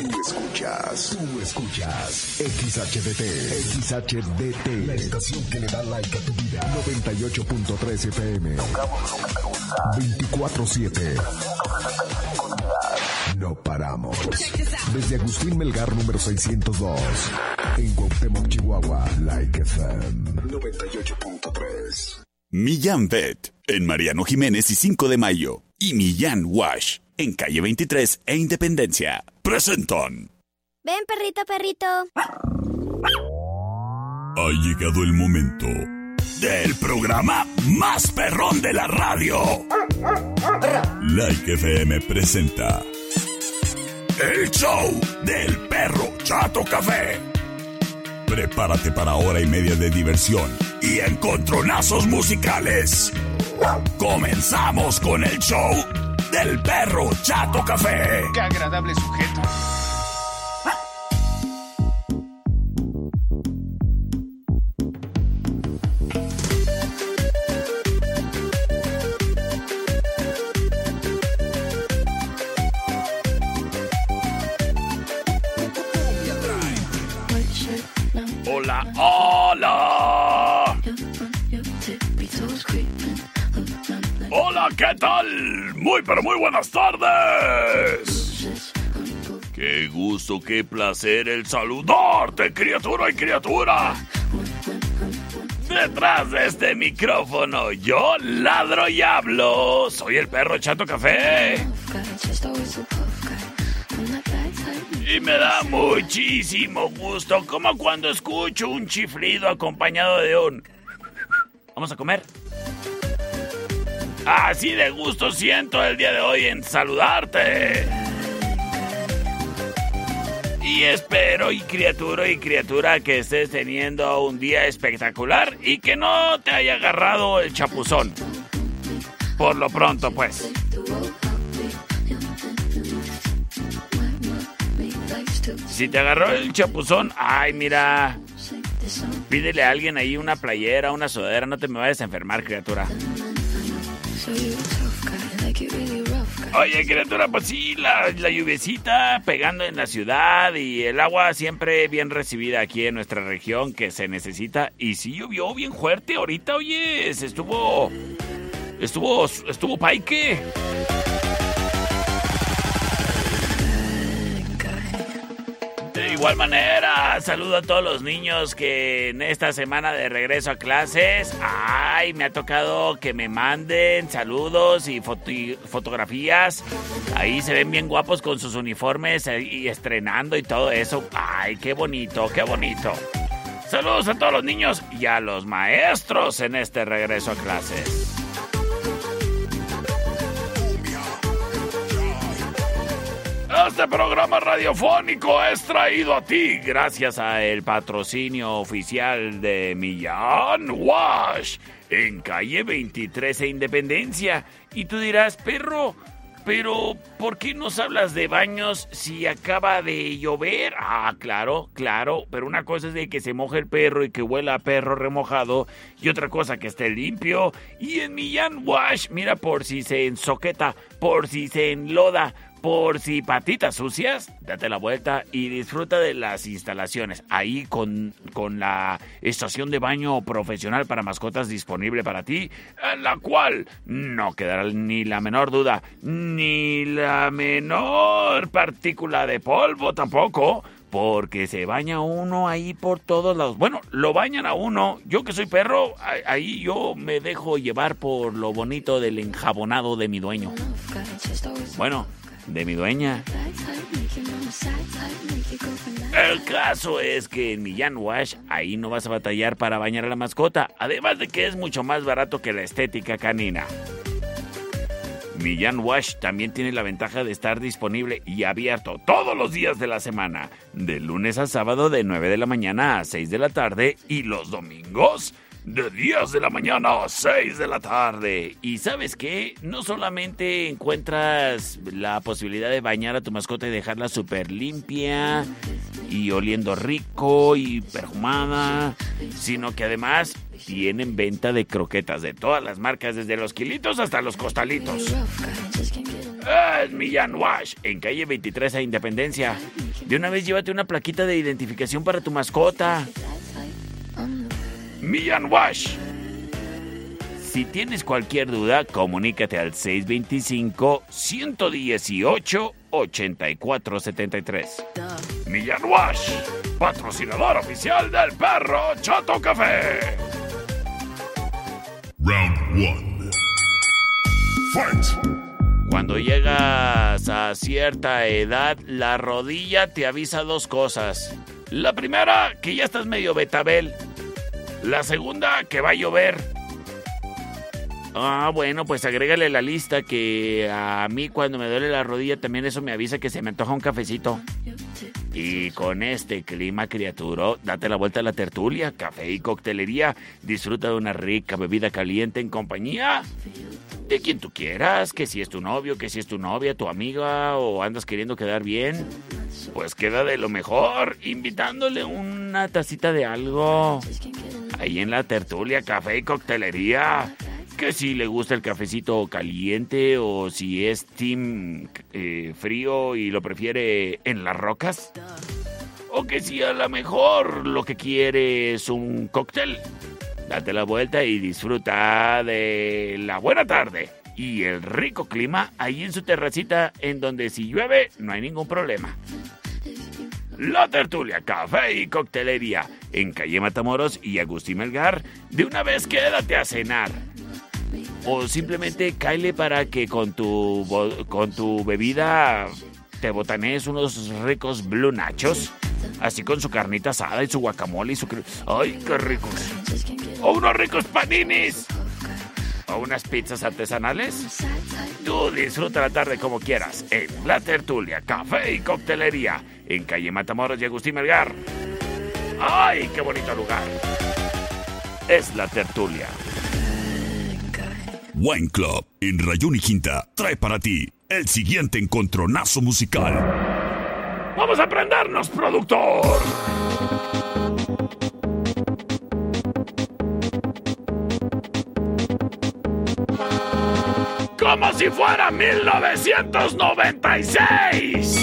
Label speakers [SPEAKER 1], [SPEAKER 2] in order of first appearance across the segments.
[SPEAKER 1] Tú escuchas XHDT, la estación que le da like a tu vida. 98.3 FM. Tocamos lo que te gusta. 24/7. No paramos. Desde Agustín Melgar, número 602. En Cuauhtémoc, Chihuahua. Like FM 98.3.
[SPEAKER 2] Millán Vet, en Mariano Jiménez y 5 de Mayo. Y Millán Wash, en calle 23 e Independencia. Presentan.
[SPEAKER 3] Ven, perrito, perrito.
[SPEAKER 2] Ha llegado el momento del programa más perrón de la radio. Like FM presenta el show del perro Chato Café. Prepárate para hora y media de diversión y encontronazos musicales. Comenzamos con el show del perro Chato Café.
[SPEAKER 4] ¡Qué agradable sujeto!
[SPEAKER 2] Hola, hola. Hola, ¿qué tal? Muy, pero muy buenas tardes. Qué gusto, qué placer el saludarte, criatura y criatura. Detrás de este micrófono yo ladro y hablo. Soy el perro Chato Café. Y me da muchísimo gusto, como cuando escucho un chiflido acompañado de un... ¿Vamos a comer? Así de gusto siento el día de hoy en saludarte. Y espero, y criatura, que estés teniendo un día espectacular y que no te haya agarrado el chapuzón. Por lo pronto, pues. Si te agarró el chapuzón, ay, mira, pídele a alguien ahí una playera, una sudadera, no te me vayas a enfermar, criatura. Oye, criatura, pues sí, la lluviecita pegando en la ciudad y el agua siempre bien recibida aquí en nuestra región que se necesita. Y sí llovió bien fuerte ahorita, oye, estuvo paique. De igual manera, saludo a todos los niños que en esta semana de regreso a clases, ay, me ha tocado que me manden saludos y fotografías. Ahí se ven bien guapos con sus uniformes y estrenando y todo eso. Ay, qué bonito, qué bonito. Saludos a todos los niños y a los maestros en este regreso a clases. Este programa radiofónico es traído a ti gracias al patrocinio oficial de Millán Wash en calle 23 e Independencia. Y tú dirás, perro, pero ¿por qué nos hablas de baños si acaba de llover? Ah, claro, pero una cosa es de que se moje el perro y que huela a perro remojado y otra cosa que esté limpio. Y en Millán Wash, mira, por si se ensoqueta, por si se enloda, por si patitas sucias, date la vuelta y disfruta de las instalaciones. Ahí con la estación de baño profesional para mascotas disponible para ti, en la cual no quedará ni la menor duda, ni la menor partícula de polvo tampoco, porque se baña uno ahí por todos lados. Bueno, lo bañan a uno. Yo que soy perro, ahí yo me dejo llevar por lo bonito del enjabonado de mi dueño. Bueno, de mi dueña. El caso es que en Millán Wash ahí no vas a batallar para bañar a la mascota, además de que es mucho más barato que la estética canina. Millán Wash también tiene la ventaja de estar disponible y abierto todos los días de la semana, de lunes a sábado de 9 de la mañana a 6 de la tarde y los domingos de 10 de la mañana a 6 de la tarde. Y ¿sabes qué? No solamente encuentras la posibilidad de bañar a tu mascota y dejarla súper limpia y oliendo rico y perfumada, sino que además tienen venta de croquetas de todas las marcas, desde los kilitos hasta los costalitos. Es Millán Wash, en calle 23 a Independencia. De una vez llévate una plaquita de identificación para tu mascota. Millán Wash. Si tienes cualquier duda, comunícate al 625-118-8473. Millán Wash, patrocinador oficial del Perro Chato Café.
[SPEAKER 1] Round 1. Fight.
[SPEAKER 2] Cuando llegas a cierta edad, la rodilla te avisa dos cosas. La primera, que ya estás medio betabel. La segunda, que va a llover. Bueno, pues agrégale la lista que a mí cuando me duele la rodilla también eso me avisa que se me antoja un cafecito. Y con este clima, criatura, date la vuelta a la tertulia, café y coctelería. Disfruta de una rica bebida caliente en compañía de quien tú quieras, que si es tu novio, que si es tu novia, tu amiga o andas queriendo quedar bien. Pues queda de lo mejor, invitándole una tacita de algo. Ahí en la tertulia, café y coctelería. Que si le gusta el cafecito caliente o si es team frío y lo prefiere en las rocas. O que si a lo mejor lo que quiere es un cóctel. Date la vuelta y disfruta de la buena tarde y el rico clima ahí en su terracita en donde si llueve no hay ningún problema. La tertulia, café y coctelería en calle Matamoros y Agustín Melgar. De una vez quédate a cenar. O simplemente cáele para que con tu bebida te botanees unos ricos blue nachos. Así con su carnita asada y su guacamole y su... ¡Ay, qué ricos! O unos ricos paninis. O unas pizzas artesanales. Tú disfruta la tarde como quieras en La Tertulia, café y coctelería en calle Matamoros y Agustín Melgar. ¡Ay, qué bonito lugar! Es La Tertulia.
[SPEAKER 1] Wine Club en Rayón y Quinta trae para ti el siguiente encontronazo musical.
[SPEAKER 2] ¡Vamos a prendernos, productor! ¡Como si fuera 1996!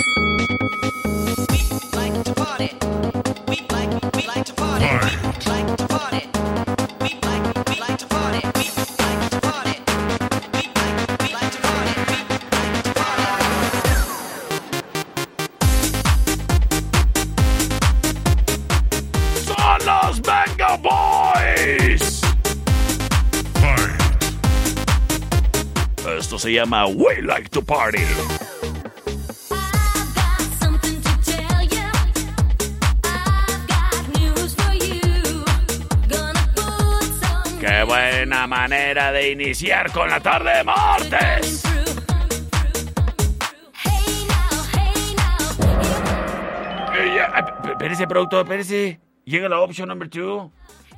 [SPEAKER 2] Esto se llama We Like to Party. ¡Qué buena manera de iniciar con la tarde de martes! Espérese, productor, espérese. Llega la opción number 2.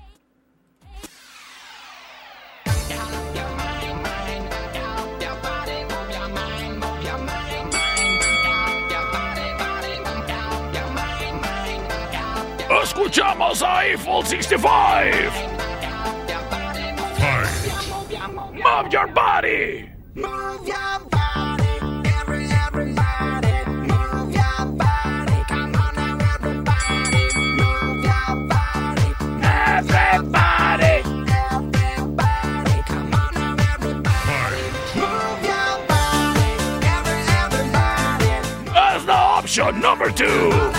[SPEAKER 2] Escuchamos a Eiffel 65. Move your body.
[SPEAKER 4] Move your body. Everybody. Move your body. Come on now, everybody. Move your body.
[SPEAKER 2] Everybody.
[SPEAKER 4] Everybody. Come on now, everybody. Move your body. Everybody.
[SPEAKER 2] That's the option number 2.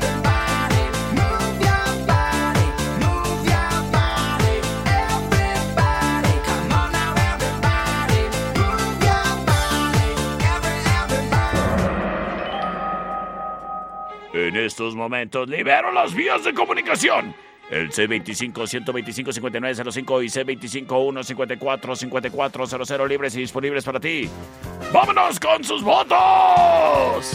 [SPEAKER 2] En estos momentos libero las vías de comunicación. El C25-125-5905 y C25-154-5400 libres y disponibles para ti. ¡Vámonos con sus votos!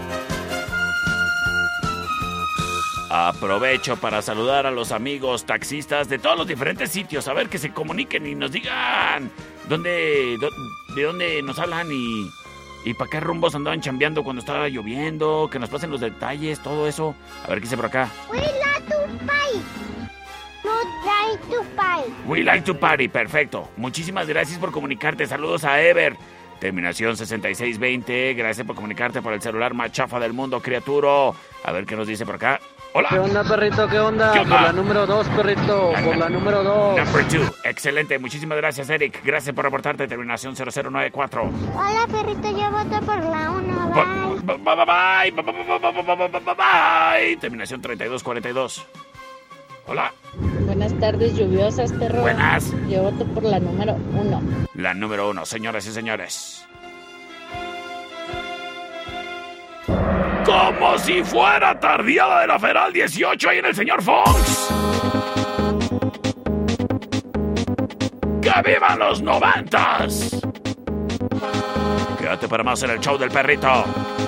[SPEAKER 2] Aprovecho para saludar a los amigos taxistas de todos los diferentes sitios. A ver, que se comuniquen y nos digan de dónde nos hablan y para qué rumbos andaban chambeando cuando estaba lloviendo, que nos pasen los detalles, todo eso. A ver qué dice por acá.
[SPEAKER 3] We like to party. We like to party.
[SPEAKER 2] We like to party, perfecto. Muchísimas gracias por comunicarte. Saludos a Ever. terminación 6620. Gracias por comunicarte por el celular más chafa del mundo, criaturo. A ver qué nos dice por acá. Hola.
[SPEAKER 5] ¿Qué onda, perrito? ¿Qué onda?
[SPEAKER 2] ¿Qué onda?
[SPEAKER 5] Por la número 2, perrito. Por la número 2.
[SPEAKER 2] Number 2. Excelente. Muchísimas gracias, Eric. Gracias por reportarte. Terminación 0094.
[SPEAKER 3] Hola, perrito, yo voto por la 1. Bye.
[SPEAKER 2] Bye. Terminación 3242. Hola.
[SPEAKER 6] Buenas tardes, lluviosas, perro.
[SPEAKER 2] Buenas.
[SPEAKER 6] Yo voto por la número 1.
[SPEAKER 2] La número 1, señoras y señores. Como si fuera tardiada de la Feral 18 ahí en el señor Fox. ¡Que vivan los 90s! Quédate para más en el show del perrito.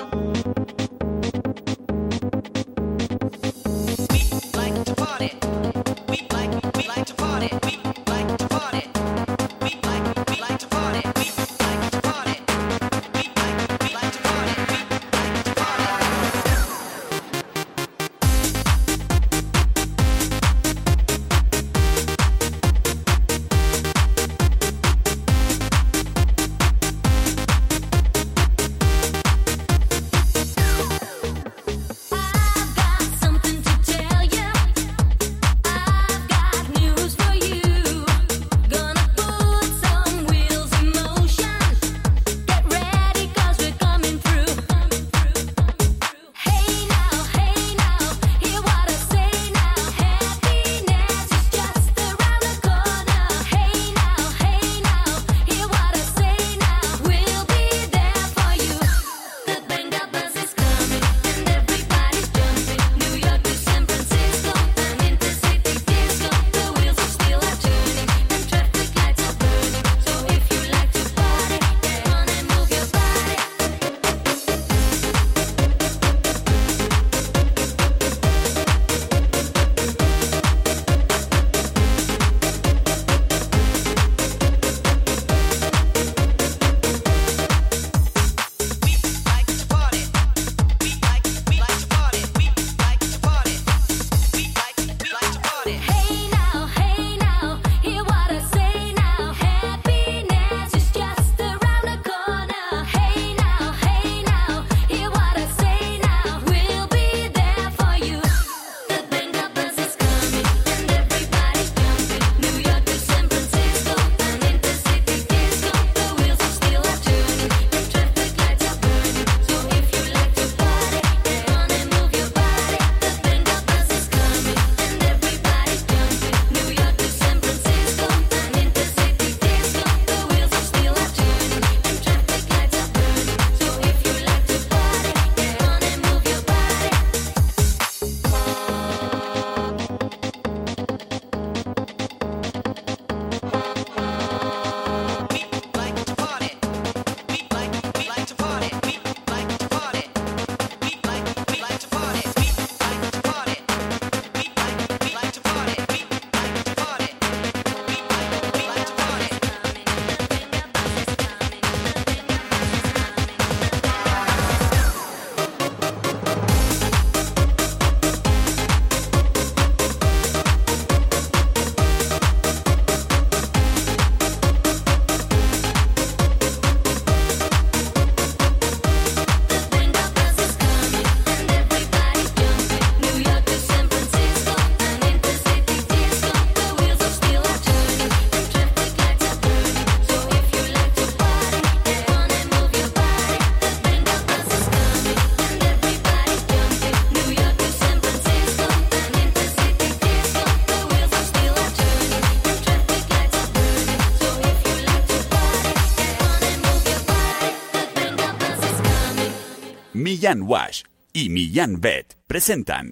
[SPEAKER 7] Millán Wash y Millán Vet presentan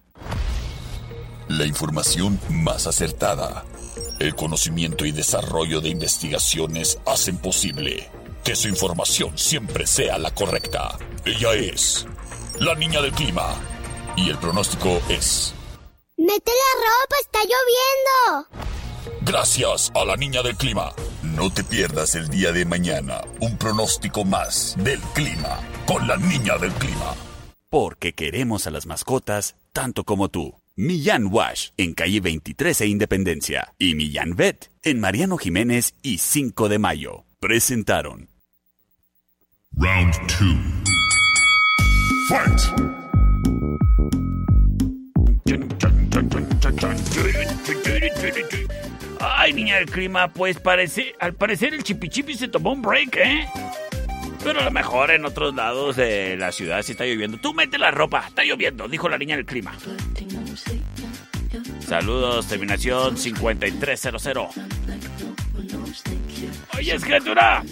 [SPEAKER 1] la información más acertada. El conocimiento y desarrollo de investigaciones hacen posible que su información siempre sea la correcta. Ella es la niña del clima y el pronóstico es...
[SPEAKER 3] ¡Mete la ropa! ¡Está lloviendo!
[SPEAKER 1] Gracias a la niña del clima. No te pierdas el día de mañana un pronóstico más del clima con la niña del clima.
[SPEAKER 7] Porque queremos a las mascotas tanto como tú. Millán Wash en calle 23 e Independencia y Millán Vet en Mariano Jiménez y 5 de Mayo presentaron
[SPEAKER 1] Round 2. Fight!
[SPEAKER 2] Ay, niña del clima, pues al parecer el Chipi se tomó un break, ¿eh? Pero a lo mejor en otros lados de la ciudad sí está lloviendo. Tú mete la ropa, está lloviendo, dijo la niña del clima. Saludos, terminación 5300. Oye, criatura.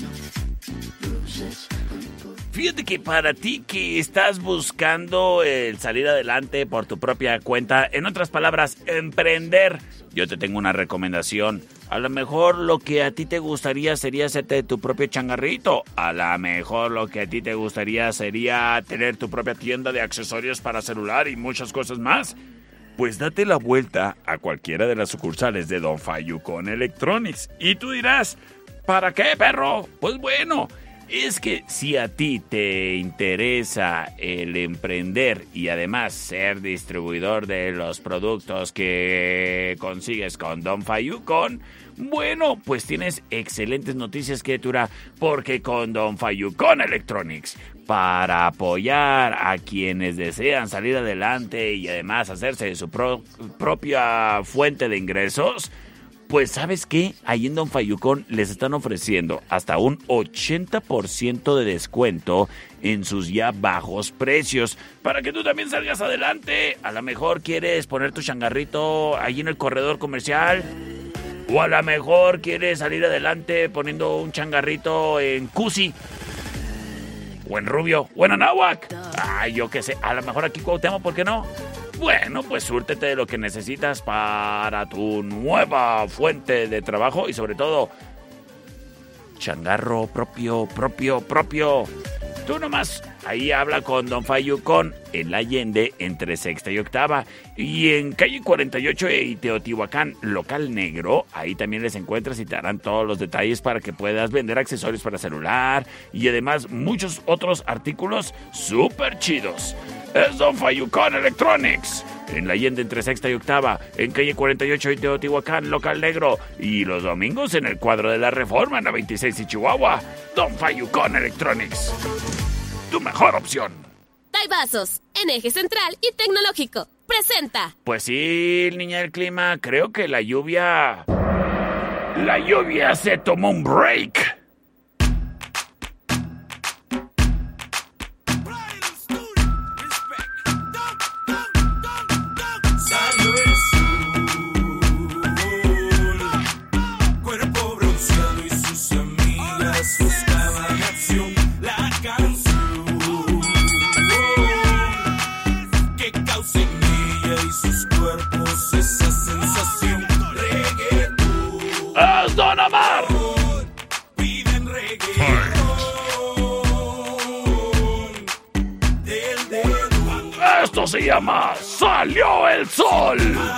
[SPEAKER 2] Fíjate que para ti que estás buscando el salir adelante por tu propia cuenta, en otras palabras, emprender, yo te tengo una recomendación. A lo mejor lo que a ti te gustaría sería hacerte tu propio changarrito. A lo mejor lo que a ti te gustaría sería tener tu propia tienda de accesorios para celular y muchas cosas más. Pues date la vuelta a cualquiera de las sucursales de Don Fayucón Electronics. Y tú dirás, ¿para qué, perro? Pues bueno, es que si a ti te interesa el emprender y además ser distribuidor de los productos que consigues con Don Fayucón, bueno, pues tienes excelentes noticias, criatura, porque con Don Fayucón Electronics, para apoyar a quienes desean salir adelante y además hacerse de su propia fuente de ingresos, pues ¿sabes qué? Ahí en Don Fayucón les están ofreciendo hasta un 80% de descuento en sus ya bajos precios, para que tú también salgas adelante. A lo mejor quieres poner tu changarrito ahí en el corredor comercial, o a lo mejor quieres salir adelante poniendo un changarrito en Cusi, o en Rubio, o en Anáhuac. Ay, yo qué sé, a lo mejor aquí Cuauhtémoc, ¿por qué no? Bueno, pues súrtete de lo que necesitas para tu nueva fuente de trabajo y sobre todo, changarro propio. Tú nomás ahí habla con Don Fayucón en La Allende entre Sexta y Octava, y en calle 48 y Teotihuacán, local negro. Ahí también les encuentras y te darán todos los detalles para que puedas vender accesorios para celular y además muchos otros artículos súper chidos. Es Don Fayucón Electronics en La Allende entre Sexta y Octava, en calle 48 y Teotihuacán, local negro, y los domingos en el cuadro de la Reforma en la 26 y Chihuahua. Don Fayucón Electronics, tu mejor opción.
[SPEAKER 8] Taibazos, en Eje Central y Tecnológico, presenta.
[SPEAKER 2] Pues sí, niña del clima, creo que la lluvia se tomó un break. ¡Es Don Omar!
[SPEAKER 4] Piden reggaetón del dedo.
[SPEAKER 2] Esto se llama Salió el Sol.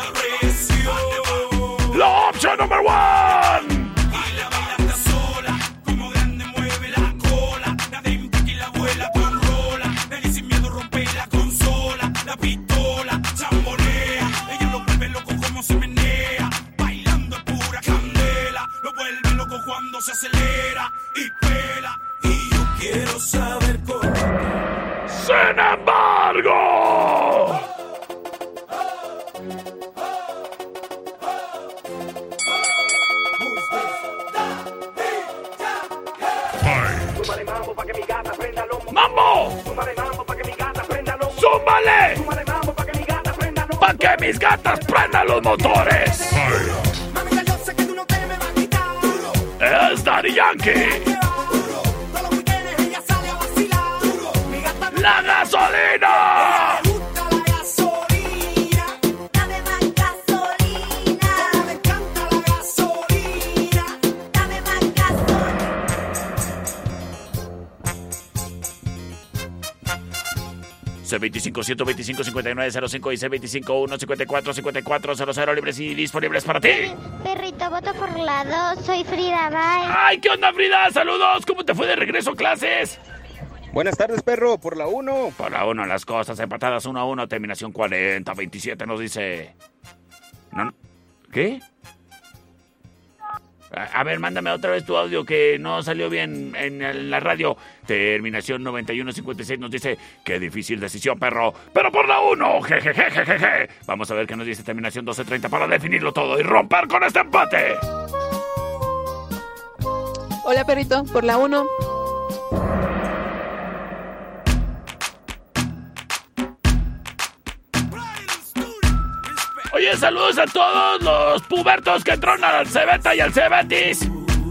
[SPEAKER 2] La opción número 1.
[SPEAKER 4] Baila, bailando sola, como grande mueve la cola. La dentro que la abuela con rola. Nadie sin miedo rompe la consola. La pistola, chambonea. Ella lo vuelve loco como se menea. Bailando es pura candela. Lo vuelve loco cuando se acelera y pela. Y yo quiero saber cómo.
[SPEAKER 2] Sin embargo, ¡mambo! ¡Súmbale! ¡Pa' que mis gatas prendan los motores!
[SPEAKER 4] Mamita, yo sé que tú no te me vas a quitar.
[SPEAKER 2] Es Daddy Yankee.
[SPEAKER 4] Todos los weekendes ella sale a vacilar. Mi gata
[SPEAKER 2] ¡La gasolina!
[SPEAKER 4] me gusta la gasolina.
[SPEAKER 3] Dame más gasolina.
[SPEAKER 4] Me encanta la gasolina.
[SPEAKER 3] Dame más gasolina.
[SPEAKER 2] C25 125 5905 y C25 154 5400 libres y disponibles para ti.
[SPEAKER 3] Perrito, voto por la 2. Soy Frida, bye.
[SPEAKER 2] ¡Ay, qué onda, Frida! ¡Saludos! ¿Cómo te fue de regreso a clases?
[SPEAKER 9] Buenas tardes, perro, por la 1.
[SPEAKER 2] Por la 1, las cosas empatadas 1-1, terminación 40-27, nos dice. ¿No? ¿Qué? A ver, mándame otra vez tu audio que no salió bien en la radio. Terminación 9156 nos dice, qué difícil decisión, perro, pero por la 1, jejejejeje. Vamos a ver qué nos dice terminación 1230 para definirlo todo y romper con este empate.
[SPEAKER 10] Hola, perrito, por la 1.
[SPEAKER 2] Oye, saludos a todos los pubertos que tronan al Cebeta y al Cebetis.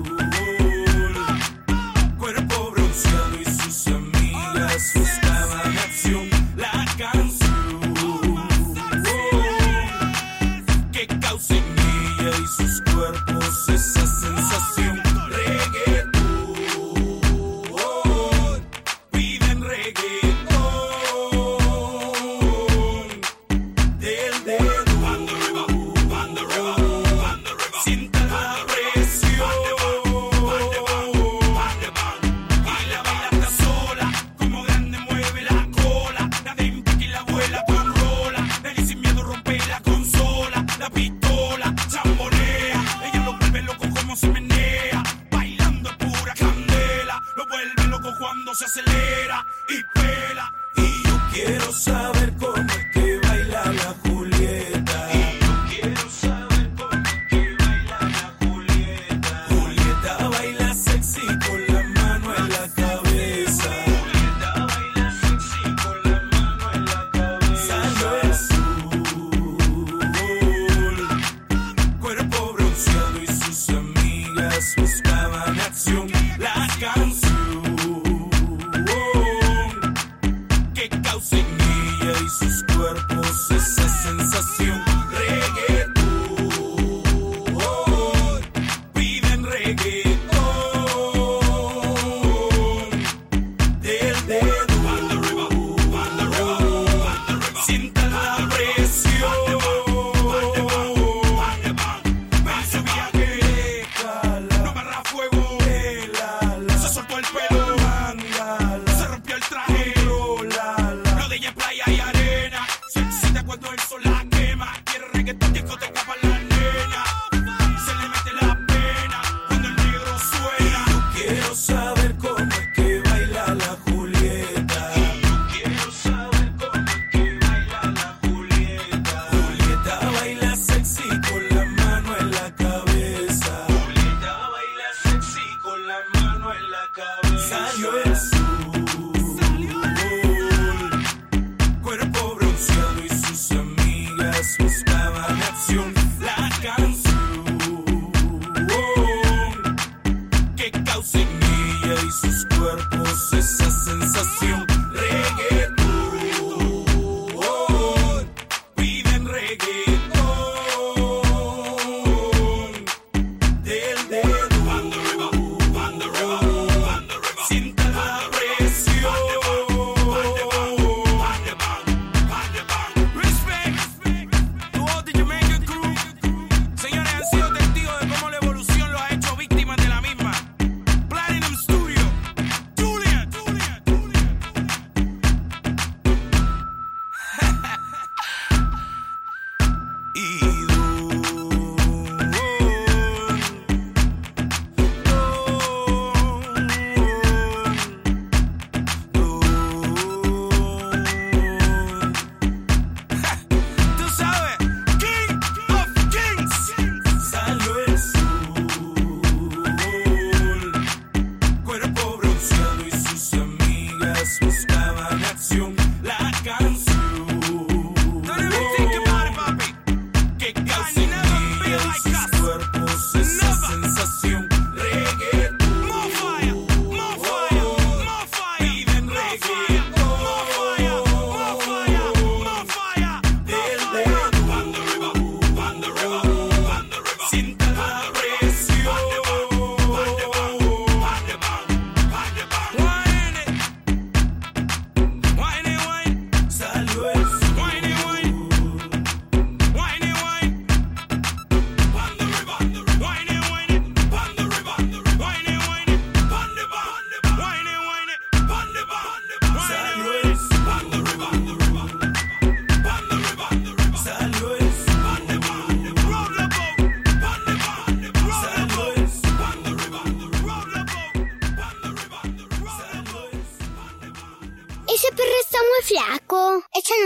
[SPEAKER 4] Cuerpo bronceado y sus amigas buscaban acción. La canción que causa en ella y sus cuerpos esa sensación. Reggaetón, piden reggaetón del dedo. Sienta la presión. Se acelera y pela. Y yo quiero saber cómo es que baila la Julieta. Y yo quiero saber cómo es que baila la Julieta. Julieta baila sexy con la mano en la cabeza. Julieta baila sexy con la mano en la cabeza. Salió el sol, cuerpo bronceado y sus amigas buscaban acción. La canción y sus cuerpos esa sensación. Reggaetón, piden reggaetón del dedo. Sienta la presión. Ven su viaje, no me arra fuego. Se soltó el pelo, se rompió el traje. Lo de ella es playa y arena. Se excita cuando el sol la quema. Quiere reggaetón, discoteca para la nena. Se le mete la pena cuando el negro suena. Yo quiero saber cómo es que baila la Julieta. Yo quiero saber cómo es que baila la Julieta. Julieta baila sexy con la mano en la cabeza. Julieta baila sexy con la mano en la cabeza. Salió el sol, cuerpo bronceado y sus amigas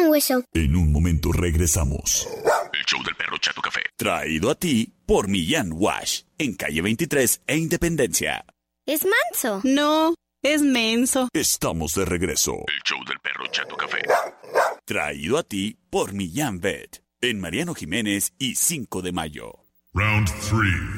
[SPEAKER 3] un hueso.
[SPEAKER 1] En un momento regresamos. El show del perro Chato Café.
[SPEAKER 7] Traído a ti por Millán Wash, en calle 23 e Independencia.
[SPEAKER 3] Es manso.
[SPEAKER 10] No, es menso.
[SPEAKER 1] Estamos de regreso. El show del perro Chato Café.
[SPEAKER 7] Traído a ti por Millán Vet, en Mariano Jiménez y 5 de Mayo.
[SPEAKER 1] Round 3.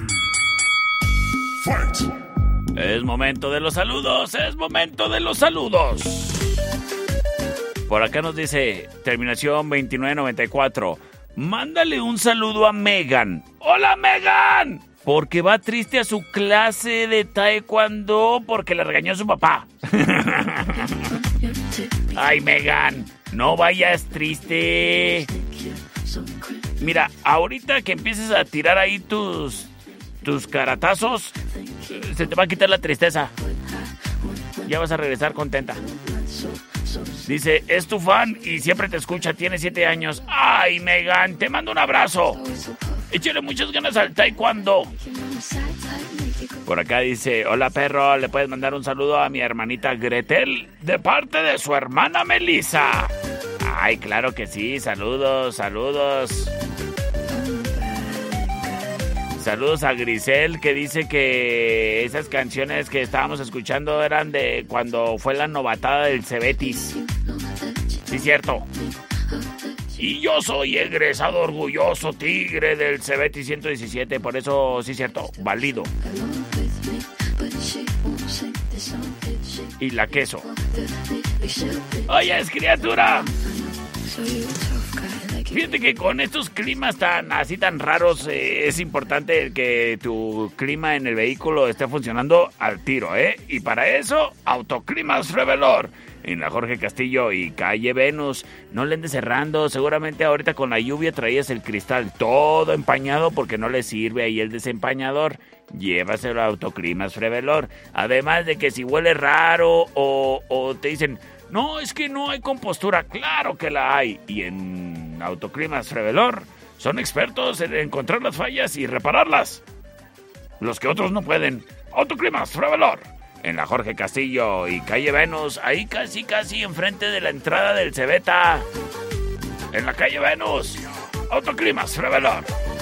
[SPEAKER 1] Fight.
[SPEAKER 2] Es momento de los saludos, es momento de los saludos. Por acá nos dice, terminación 2994, mándale un saludo a Megan. ¡Hola, Megan! Porque va triste a su clase de taekwondo porque le regañó a su papá. Ay, Megan, no vayas triste. Mira, ahorita que empieces a tirar ahí tus caratazos, se te va a quitar la tristeza. Ya vas a regresar contenta. Dice, es tu fan y siempre te escucha, tiene 7 años. Ay, Megan, te mando un abrazo. Échale muchas ganas al taekwondo. Por acá dice, hola perro, le puedes mandar un saludo a mi hermanita Gretel de parte de su hermana Melissa. Ay, claro que sí, saludos. Saludos a Grisel, que dice que esas canciones que estábamos escuchando eran de cuando fue la novatada del Cebetis. Sí, cierto. Y yo soy egresado orgulloso tigre del Cebetis 117, por eso, sí, cierto, válido. Y la queso. Oye, es criatura. Fíjate que con estos climas tan raros es importante que tu clima en el vehículo esté funcionando al tiro, ¿eh? Y para eso, Autoclimas Revelor. En la Jorge Castillo y calle Venus. No le andes cerrando. Seguramente ahorita con la lluvia traías el cristal todo empañado porque no le sirve ahí el desempañador. Llévaselo a Autoclimas Revelor. Además de que si huele raro o te dicen, no, es que no hay compostura. Claro que la hay. Y en Autoclimas Revelor son expertos en encontrar las fallas y repararlas. Los que otros no pueden. Autoclimas Revelor. En la Jorge Castillo y calle Venus, ahí casi enfrente de la entrada del Cebeta. En la calle Venus, Autoclimas Revelor.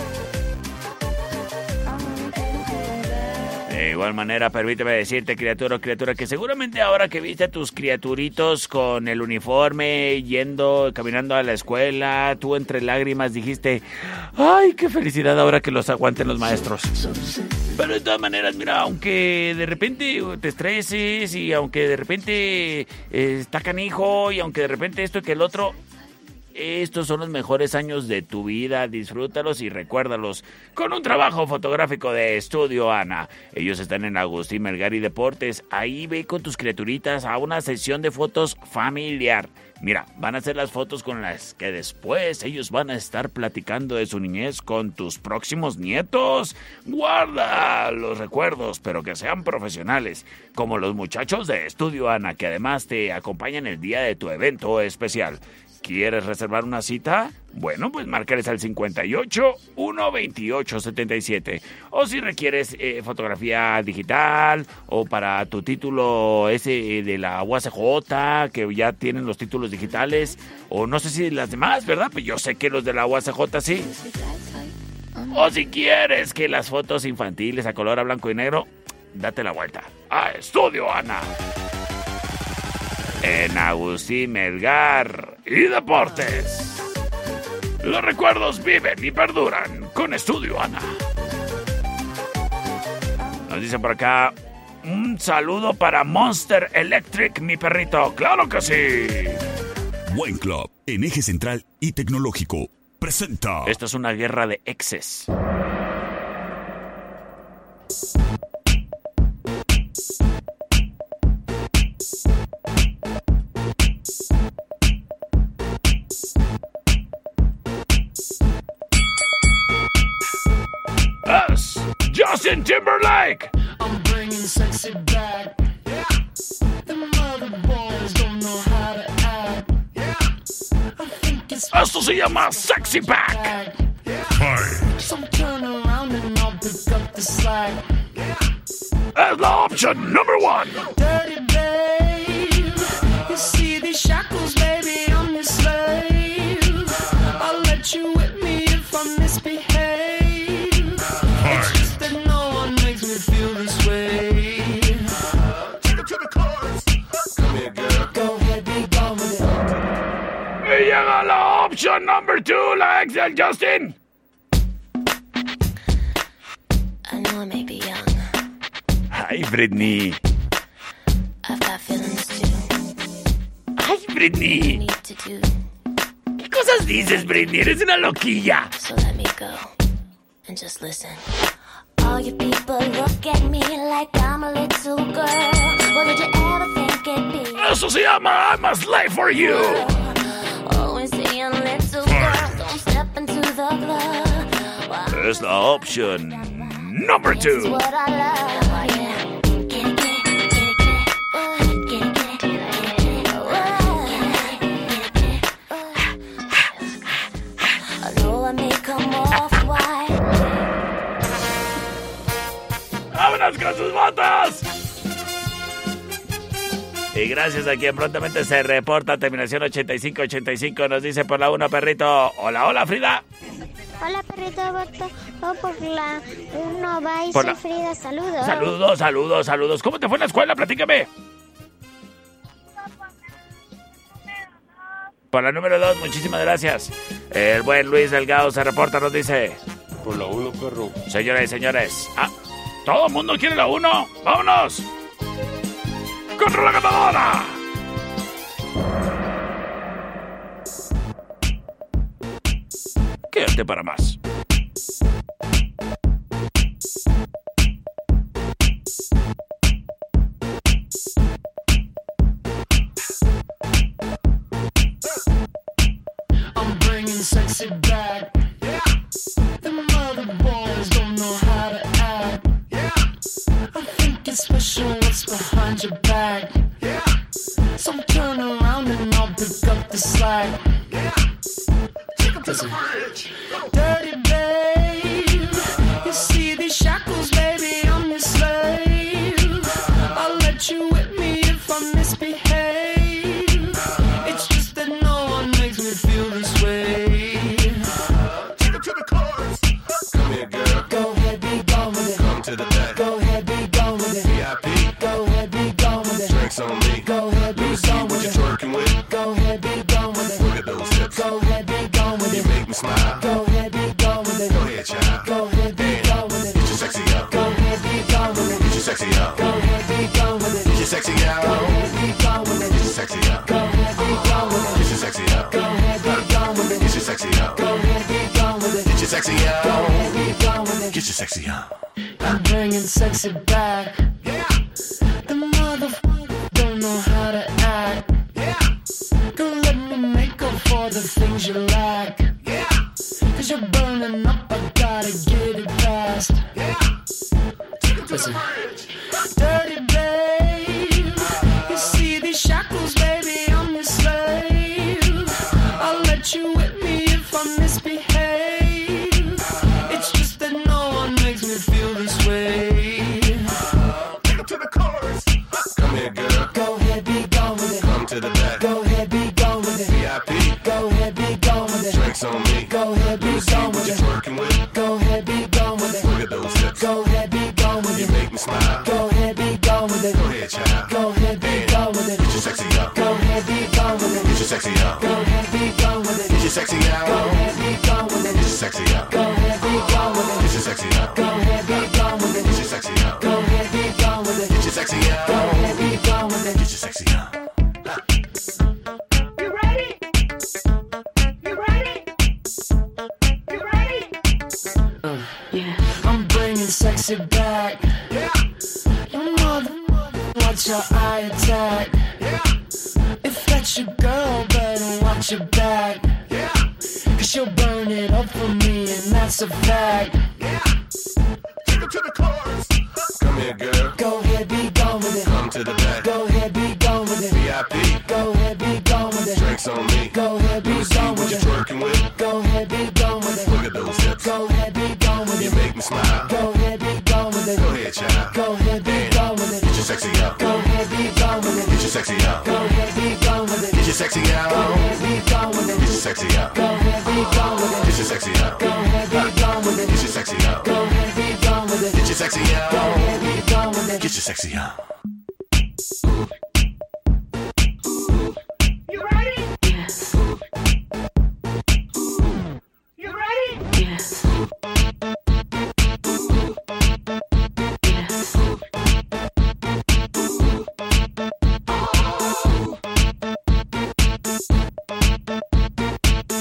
[SPEAKER 2] De igual manera, permíteme decirte, criatura, que seguramente ahora que viste a tus criaturitos con el uniforme, caminando a la escuela, tú entre lágrimas dijiste, ¡ay, qué felicidad ahora que los aguanten los maestros! Pero de todas maneras, mira, aunque de repente te estreses y aunque de repente está canijo y aunque de repente esto que el otro, estos son los mejores años de tu vida, disfrútalos y recuérdalos con un trabajo fotográfico de Estudio Ana. Ellos están en Agustín Melgar y Deportes, ahí ve con tus criaturitas a una sesión de fotos familiar. Mira, van a hacer las fotos con las que después ellos van a estar platicando de su niñez con tus próximos nietos. Guarda los recuerdos, pero que sean profesionales, como los muchachos de Estudio Ana, que además te acompañan el día de tu evento especial. ¿Quieres reservar una cita? Bueno, pues márcales al 58-128-77. O si requieres fotografía digital o para tu título ese de la UACJ, que ya tienen los títulos digitales, o no sé si las demás, ¿verdad? Pues yo sé que los de la UACJ sí. O si quieres que las fotos infantiles a color a blanco y negro, date la vuelta a Estudio Ana. En Agustín Melgar y Deportes. Los recuerdos viven y perduran con Estudio Ana. Nos dice por acá, un saludo para Monster Electric, mi perrito. ¡Claro que sí!
[SPEAKER 1] Wine Club, en Eje Central y Tecnológico, presenta.
[SPEAKER 2] Esta es una guerra de exes. Us, Justin Timberlake.
[SPEAKER 4] I'm bringing sexy back. Yeah. The mother boys don't know how to act. Yeah. I think it's
[SPEAKER 2] Esto se llama Sexy Back.
[SPEAKER 4] Yeah. So turn around and I'll pick up the slack. Yeah.
[SPEAKER 2] Es la opción número 1.
[SPEAKER 4] Dirty babe. You see these shackles, baby, I'm your slave.
[SPEAKER 2] llega la opción number 2, la ex del Justin.
[SPEAKER 11] I know I may be young.
[SPEAKER 2] Ay, Britney.
[SPEAKER 11] I've got feelings too.
[SPEAKER 2] Ay, Britney.
[SPEAKER 11] Need to do.
[SPEAKER 2] ¿Qué cosas dices, Britney? Eres una loquilla.
[SPEAKER 11] So let me go and just listen. All you people look at me like I'm a little girl. What did you ever think it'd be?
[SPEAKER 2] Eso se llama I'm a slave for you.
[SPEAKER 11] Always saying little girl, don't step into the club.
[SPEAKER 2] Es la opción number 2.
[SPEAKER 11] What I love, yeah.
[SPEAKER 2] ¡Vámonos con sus votos! Y gracias a quien prontamente se reporta, terminación 8585, nos dice por la 1, perrito. Hola, hola, Frida.
[SPEAKER 3] Hola, perrito, voto por la 1, bye,
[SPEAKER 2] Por
[SPEAKER 3] soy
[SPEAKER 2] la-
[SPEAKER 3] Frida, saludos.
[SPEAKER 2] Saludos, saludos, saludos. ¿Cómo te fue en la escuela? Platícame. Por la número 2, muchísimas gracias. El buen Luis Delgado se reporta, nos dice.
[SPEAKER 12] Por la 1, perro.
[SPEAKER 2] Señoras y señores. Todo el mundo quiere la 1. ¡Vámonos! ¡Contra la ganadora! Quédate para más.
[SPEAKER 4] I'm bringing sexy back. Yeah. The mother boys don't know how to act. Yeah. I think it's special what's behind your back. Yeah. So turn around and I'll pick up the slack. Yeah. Take 'em to the bridge. Dirty babe. You see these shackles, baby, I'm your slave. I'll let you whip me if I misbehave. It's just that no one makes me feel this way. Take it to the chorus.
[SPEAKER 12] Come here, girl.
[SPEAKER 4] Go ahead, be gone with it.
[SPEAKER 12] Come to the back.
[SPEAKER 4] Go ahead, be gone with it.
[SPEAKER 12] VIP.
[SPEAKER 4] Go ahead, be gone with it.
[SPEAKER 12] Drinks on me.
[SPEAKER 4] Go ahead, be
[SPEAKER 12] Let me see
[SPEAKER 4] gone
[SPEAKER 12] what
[SPEAKER 4] with
[SPEAKER 12] you're
[SPEAKER 4] it.
[SPEAKER 12] twerking with.
[SPEAKER 4] Go ahead, be gone with it.
[SPEAKER 12] Look at those hips.
[SPEAKER 4] Go ahead, be gone with
[SPEAKER 12] You
[SPEAKER 4] it.
[SPEAKER 12] make me smile.
[SPEAKER 4] Go ahead, be gone with it.
[SPEAKER 12] Go ahead, child.
[SPEAKER 4] Go ahead, be gone with it.
[SPEAKER 12] Get your sexy up.
[SPEAKER 4] Go ahead, be gone with it.
[SPEAKER 12] Get your sexy up.
[SPEAKER 4] Go ahead, be gone with it.
[SPEAKER 12] Get your sexy up.
[SPEAKER 4] Go ahead, be gone with it.
[SPEAKER 12] Get your sexy up.
[SPEAKER 4] Go ahead, be gone with it.
[SPEAKER 12] Get your sexy up.
[SPEAKER 4] Go ahead, be gone with it.
[SPEAKER 12] Get your sexy up.
[SPEAKER 4] Go ahead, be gone with it.
[SPEAKER 12] Get your sexy up.
[SPEAKER 4] Go ahead, be gone with it.
[SPEAKER 12] Get your sexy up.
[SPEAKER 4] I'm bringing sexy back. Yeah. The motherfucker don't know how to act. Yeah. Don't let me make up for the things you lack. Yeah. Cause you're burning up, I gotta get it fast. Yeah. Listen. Dirty babe. You see these shackles, baby, I'm your slave. I'll let you whip me if I misbehave. It's just that no one makes me feel this way.
[SPEAKER 12] Take it to the chorus. Come here, girl.
[SPEAKER 4] Go ahead, be gone with it.
[SPEAKER 12] Come to the back.
[SPEAKER 4] Go ahead, be gone with it.
[SPEAKER 12] VIP.
[SPEAKER 4] Go ahead, be gone with it.
[SPEAKER 12] Drinks on me.
[SPEAKER 4] Go ahead, be
[SPEAKER 12] Let me see
[SPEAKER 4] gone
[SPEAKER 12] what
[SPEAKER 4] with
[SPEAKER 12] you're
[SPEAKER 4] it.
[SPEAKER 12] twerking with.
[SPEAKER 4] Go ahead, be gone with it.
[SPEAKER 12] Look at those hips.
[SPEAKER 4] Go ahead, be gone with
[SPEAKER 12] You
[SPEAKER 4] it.
[SPEAKER 12] make me smile.
[SPEAKER 4] Go ahead, be gone with it.
[SPEAKER 12] Go ahead, child.
[SPEAKER 4] Go ahead, be gone with it.
[SPEAKER 12] Get your sexy up.
[SPEAKER 4] Go ahead, be gone with it.
[SPEAKER 12] Get your sexy up.
[SPEAKER 4] Go ahead, be gone with it.
[SPEAKER 12] Get your sexy up.
[SPEAKER 4] Go ahead, be gone with it.
[SPEAKER 12] Get your sexy up.
[SPEAKER 4] Go ahead, be gone with it.
[SPEAKER 12] Get your sexy up.
[SPEAKER 4] Go ahead, be gone with it.
[SPEAKER 12] Get your sexy up.
[SPEAKER 4] Go ahead, be gone with it.
[SPEAKER 12] Get your sexy up.
[SPEAKER 4] Go ahead, be gone with it.
[SPEAKER 12] Get your sexy up.
[SPEAKER 4] You ready? You ready? You ready? Yeah. I'm bringing sexy back. Yeah. Your mother, watch your eye attack. Yeah. If that's your girl, better watch your back. Yeah. Cause she'll burn it up for me, and that's a fact. Yeah.
[SPEAKER 12] Take it to the chorus. Come here, girl.
[SPEAKER 4] Go ahead, be gone with it.
[SPEAKER 12] Come to the back.
[SPEAKER 4] Go ahead, be gone with it.
[SPEAKER 12] VIP.
[SPEAKER 4] Go ahead, be gone with it.
[SPEAKER 12] Drinks on me.
[SPEAKER 4] Go ahead, be
[SPEAKER 12] Let me see
[SPEAKER 4] gone
[SPEAKER 12] what
[SPEAKER 4] with
[SPEAKER 12] you're
[SPEAKER 4] it.
[SPEAKER 12] twerking with.
[SPEAKER 4] Go ahead, be gone with it.
[SPEAKER 12] Look at those hips.
[SPEAKER 4] Go ahead, be gone with
[SPEAKER 12] You
[SPEAKER 4] it.
[SPEAKER 12] make me smile.
[SPEAKER 4] Go ahead, be gone with it.
[SPEAKER 12] Go ahead, child.
[SPEAKER 4] Go ahead, be gone with it.
[SPEAKER 12] Get your sexy up.
[SPEAKER 4] Go ahead, be gone with it.
[SPEAKER 12] Get your sexy up.
[SPEAKER 4] Go ahead, be gone with it.
[SPEAKER 12] Get your sexy up.
[SPEAKER 4] Go ahead, be gone with it.
[SPEAKER 12] Get your sexy up.
[SPEAKER 4] Go ahead, be gone with it.
[SPEAKER 12] Get your sexy up.
[SPEAKER 4] Go ahead, be gone with it.
[SPEAKER 12] Get your sexy up.
[SPEAKER 4] Go ahead, be gone with it.
[SPEAKER 12] Get your sexy up.
[SPEAKER 4] Go ahead, be gone with it.
[SPEAKER 12] Get your sexy up.
[SPEAKER 4] You ready?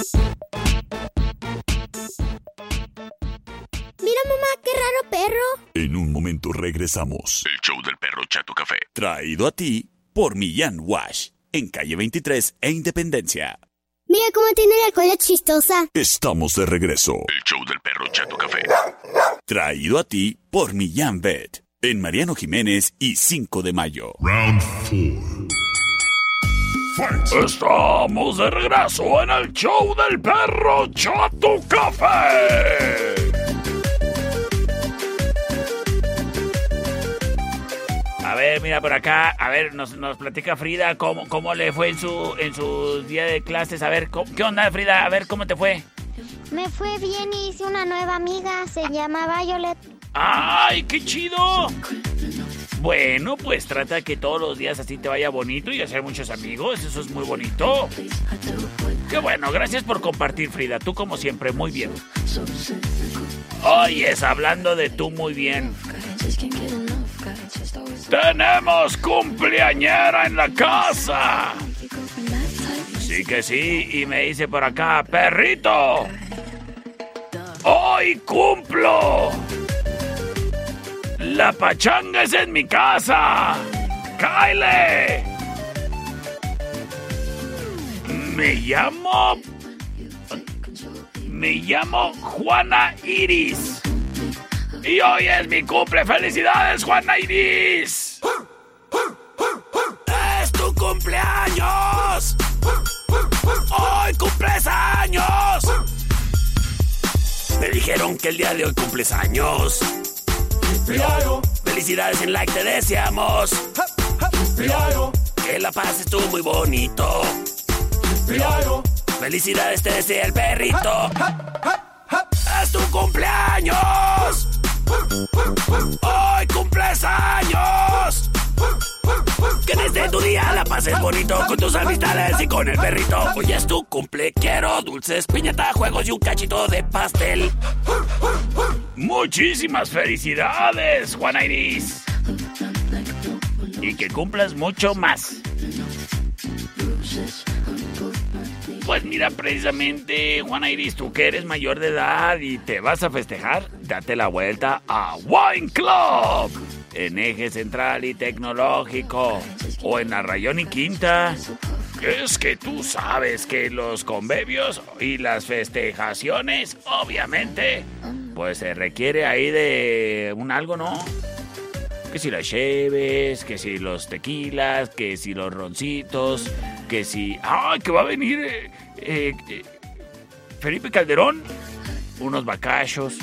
[SPEAKER 3] Mira, mamá, qué raro perro.
[SPEAKER 7] En un momento regresamos.
[SPEAKER 1] El show del perro Chato Café.
[SPEAKER 7] Traído a ti por Millán Wash, en calle 23 e Independencia.
[SPEAKER 3] Mira cómo tiene la cola chistosa.
[SPEAKER 7] Estamos de regreso.
[SPEAKER 1] El show del perro Chato Café.
[SPEAKER 7] Traído a ti por Millán Vet, en Mariano Jiménez y 5 de Mayo.
[SPEAKER 12] Round 4.
[SPEAKER 2] Estamos de regreso en el show del perro Chato Café. A ver, mira por acá, a ver, nos platica Frida cómo le fue en su día de clases. A ver, ¿qué onda, Frida? A ver, ¿cómo te fue?
[SPEAKER 3] Me fue bien y hice una nueva amiga, se llama Violet.
[SPEAKER 2] ¡Ay, qué chido! Bueno, pues trata que todos los días así te vaya bonito y hacer muchos amigos, eso es muy bonito. Qué bueno, gracias por compartir, Frida, tú como siempre, muy bien. Oyes, hablando de tú muy bien. ¡Tenemos cumpleañera en la casa! Sí que sí, y me dice por acá, perrito, ¡hoy cumplo! ¡La pachanga es en mi casa! ¡Kyle! Me llamo Juana Iris. Y hoy es mi cumple. ¡Felicidades, Juana Iris! ¡Es tu cumpleaños! ¡Hoy cumples años! Me dijeron que el día de hoy cumples años. Felicidades en like te deseamos. Que la pases tú muy bonito. Felicidades te desea el perrito. ¡Es tu cumpleaños! ¡Hoy cumples años! Que desde tu día la pases bonito con tus amistades y con el perrito. Hoy es tu cumple, quiero dulces, piñata, juegos y un cachito de pastel. Muchísimas felicidades, Juana Iris. Y que cumplas mucho más. Pues mira, precisamente, Juana Iris, tú que eres mayor de edad y te vas a festejar, date la vuelta a Wine Club, en Eje Central y Tecnológico, o en Arrayón y Quinta. Es que tú sabes que los convivios y las festejaciones, obviamente, pues se requiere ahí de un algo, ¿no? Que si las cheves, que si los tequilas, que si los roncitos, que si... ¡Ah, que va a venir Felipe Calderón! Unos bacachos.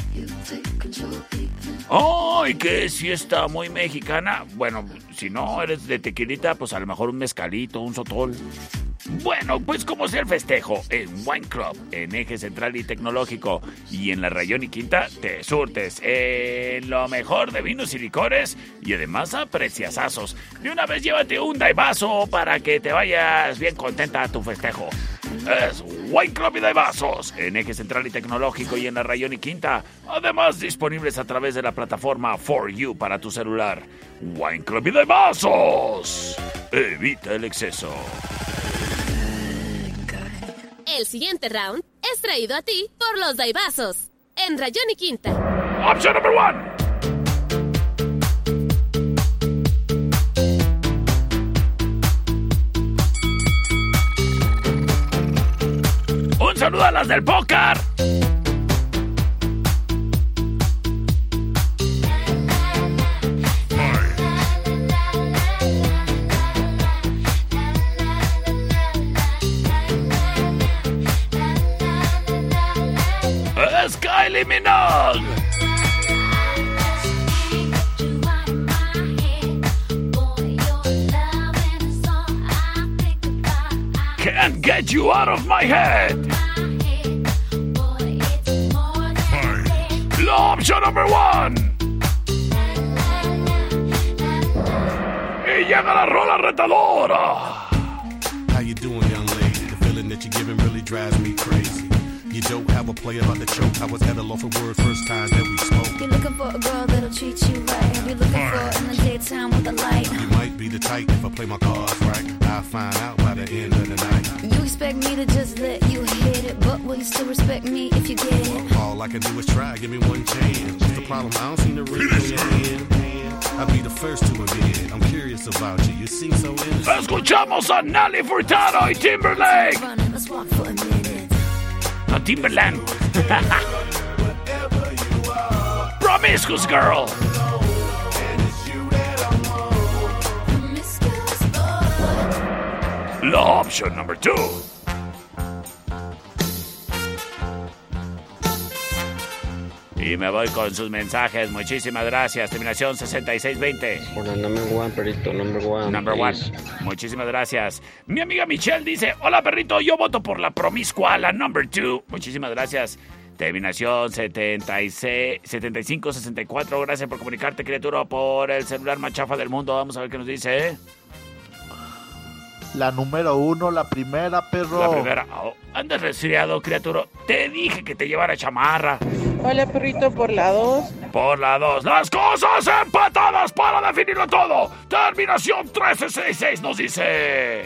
[SPEAKER 2] ¡Ay, qué fiesta muy mexicana! Bueno, si no eres de tequilita, pues a lo mejor un mezcalito, un sotol. Bueno, pues como sea el festejo, en Wine Club, en Eje Central y Tecnológico y en la Rayón y Quinta, te surtes en lo mejor de vinos y licores y además a preciazazos. De una vez llévate un daivazo para que te vayas bien contenta a tu festejo. Es Wine Club y Daibazos en Eje Central y Tecnológico y en la Rayón y Quinta. Además disponibles a través de la plataforma For You para tu celular. Wine Club y Daibazos. Evita el exceso.
[SPEAKER 8] El siguiente round es traído a ti por los Daibazos en Rayón y Quinta.
[SPEAKER 2] Option number 1. Un saludo a las del póker. Es Kylie Minogue. Can't get you out of my head. La opción number 1. Y llega la rola retadora.
[SPEAKER 13] How you doing, young lady? The feeling that you're giving really drives me crazy. You don't have a play about the choke. I was at a loss of words first time that we spoke.
[SPEAKER 11] You're looking for a girl that'll treat you right. You're looking for in the daytime with a light.
[SPEAKER 13] You might be the type if I play my cards right. I'll find out by the end of the night.
[SPEAKER 11] You expect me to just let you hit it, but will you still respect me if you get it?
[SPEAKER 13] All I can do is try, give me one chance. What's the problem? I don't see the ring on your hand. I'll be the first to admit it. I'm curious about you. You seem so innocent.
[SPEAKER 2] Escuchamos a Nelly Furtado y Timberlake.
[SPEAKER 11] Let's walk for a minute.
[SPEAKER 2] No, Timberland. Promiscuous Girl. La option number 2. Y me voy con sus mensajes. Muchísimas gracias. Terminación 6620.
[SPEAKER 5] Hola, number one, perrito. Number one.
[SPEAKER 2] Number one. Muchísimas gracias. Mi amiga Michelle dice: hola, perrito. Yo voto por la promiscua, la number 2. Muchísimas gracias. Terminación 7564. Gracias por comunicarte, criatura, por el celular más chafa del mundo. Vamos a ver qué nos dice.
[SPEAKER 14] La número 1, la primera, perro.
[SPEAKER 2] La primera. Oh, andas resfriado, criatura. Te dije que te llevara chamarra.
[SPEAKER 15] Hola, perrito, por la 2.
[SPEAKER 2] Por la 2. Las cosas empatadas para definirlo todo. Terminación 1366 nos dice: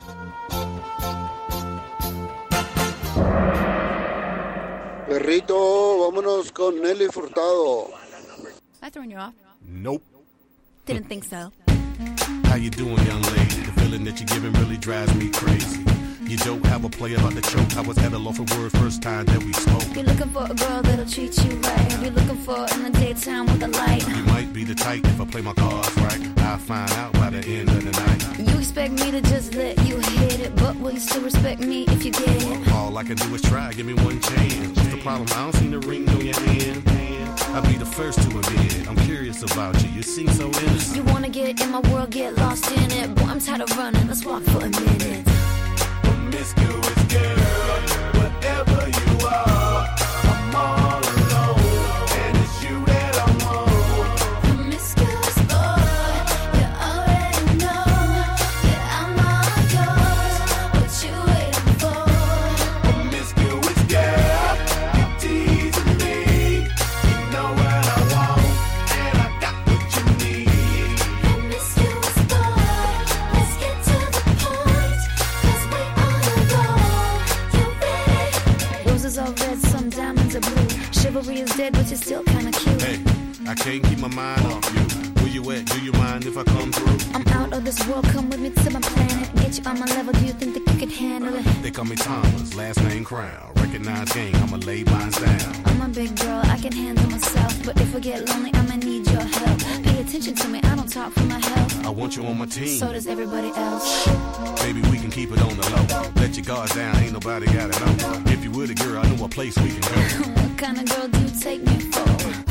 [SPEAKER 16] Perrito, vámonos con Nelly Furtado.
[SPEAKER 17] Am I throwing you off?
[SPEAKER 13] Nope.
[SPEAKER 17] Didn't think so.
[SPEAKER 13] How you doing, young lady? The feeling that you're giving really drives me crazy. You don't have a play about the choke. I was at a loss of words first time that we spoke.
[SPEAKER 11] You're looking for a girl that'll treat you right. You're looking for in the daytime with a light.
[SPEAKER 13] You might be the type if I play my cards right. I'll find out by the end of the night.
[SPEAKER 11] You expect me to just let you hit it, but will you still respect me if you get it?
[SPEAKER 13] All I can do is try, give me one chance. What's the problem? I don't see the ring on your hand. I'll be the first to admit it. I'm curious about you. You seem so innocent.
[SPEAKER 11] You wanna get in my world, get lost in it. Boy, I'm tired of running. Let's walk for a minute.
[SPEAKER 4] Promiscuous girl, whatever you are, I'm all alone, and it's you that I want.
[SPEAKER 11] Promiscuous boy, you already know that I'm all yours. What you waiting for?
[SPEAKER 4] Promiscuous girl, you're teasing me. You know what I want, and I got what you need.
[SPEAKER 11] Promiscuous boy, let's get to the point, 'cause we all know you're ready. Roses are red, some diamonds are blue. Chivalry is dead, but you're still kinda cute.
[SPEAKER 13] Hey, I can't keep my mind off you. Where you at? Do you mind if I come through?
[SPEAKER 11] I'm out of this world, come with me to my planet. Get you on my level, do you think that you could handle it?
[SPEAKER 13] They call me Thomas, last name Crown. Recognize gang, I'ma lay mine down.
[SPEAKER 11] I'm a big girl, I can handle myself. But if I get lonely, I'ma need your help. Pay attention to me, I don't talk for my health.
[SPEAKER 13] I want you on my team.
[SPEAKER 11] So does everybody else.
[SPEAKER 13] Baby, we can keep it on the low. Let your guards down, ain't nobody got it on. If you were the girl, I know a place we can go.
[SPEAKER 11] What kind of girl do you take me for?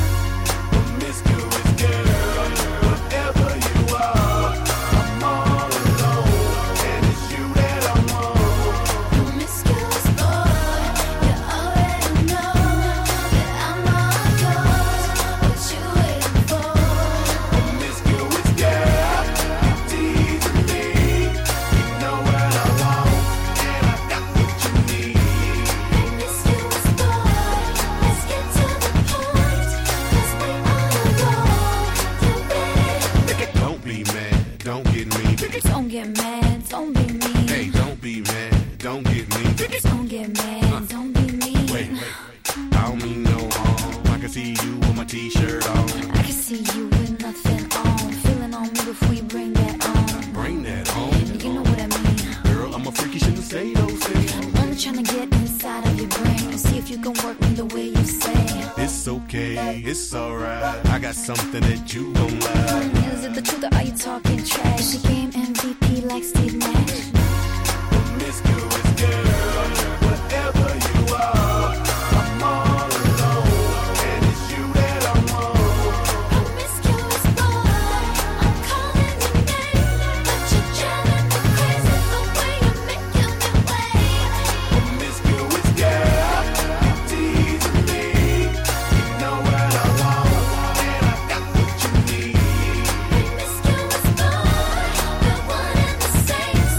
[SPEAKER 4] Promiscuous girl, whatever you are, I'm all alone, and it's you that I want.
[SPEAKER 11] Promiscuous boy, you already know that I'm all yours. What you waiting for?
[SPEAKER 4] Promiscuous girl, you're teasing me. You know what I want, and I got what you need.
[SPEAKER 11] Promiscuous boy, let's get to the point, 'cause we all know you're ready.
[SPEAKER 13] Don't be mad, don't get me.
[SPEAKER 11] Don't get mad, don't be mean.
[SPEAKER 13] Hey, don't be mad, don't get me.
[SPEAKER 11] Don't get mad, don't be mean.
[SPEAKER 13] Wait, I don't mean no harm. I can see you with my t-shirt on.
[SPEAKER 11] I can see you with nothing on. Feeling on me before you bring that on.
[SPEAKER 13] Bring that on.
[SPEAKER 11] You know what I mean.
[SPEAKER 13] Girl, I'm a freak, you shouldn't say those things.
[SPEAKER 11] Only trying to get inside of your brain and see if you can work me the way you say.
[SPEAKER 13] It's okay, it's alright. I got something that you don't like.
[SPEAKER 11] Is it the truth or are you talking trash? She game MVP like Steve Nash.
[SPEAKER 4] Promiscuous girl, whatever you are, I'm all alone, and it's you that I want.
[SPEAKER 11] Promiscuous boy, I'm calling your name, but you're driving me crazy the way you're making me wait.
[SPEAKER 4] Promiscuous girl, you're teasing me. You know what I want, and I got what you need.
[SPEAKER 11] Promiscuous boy, we're one and the same,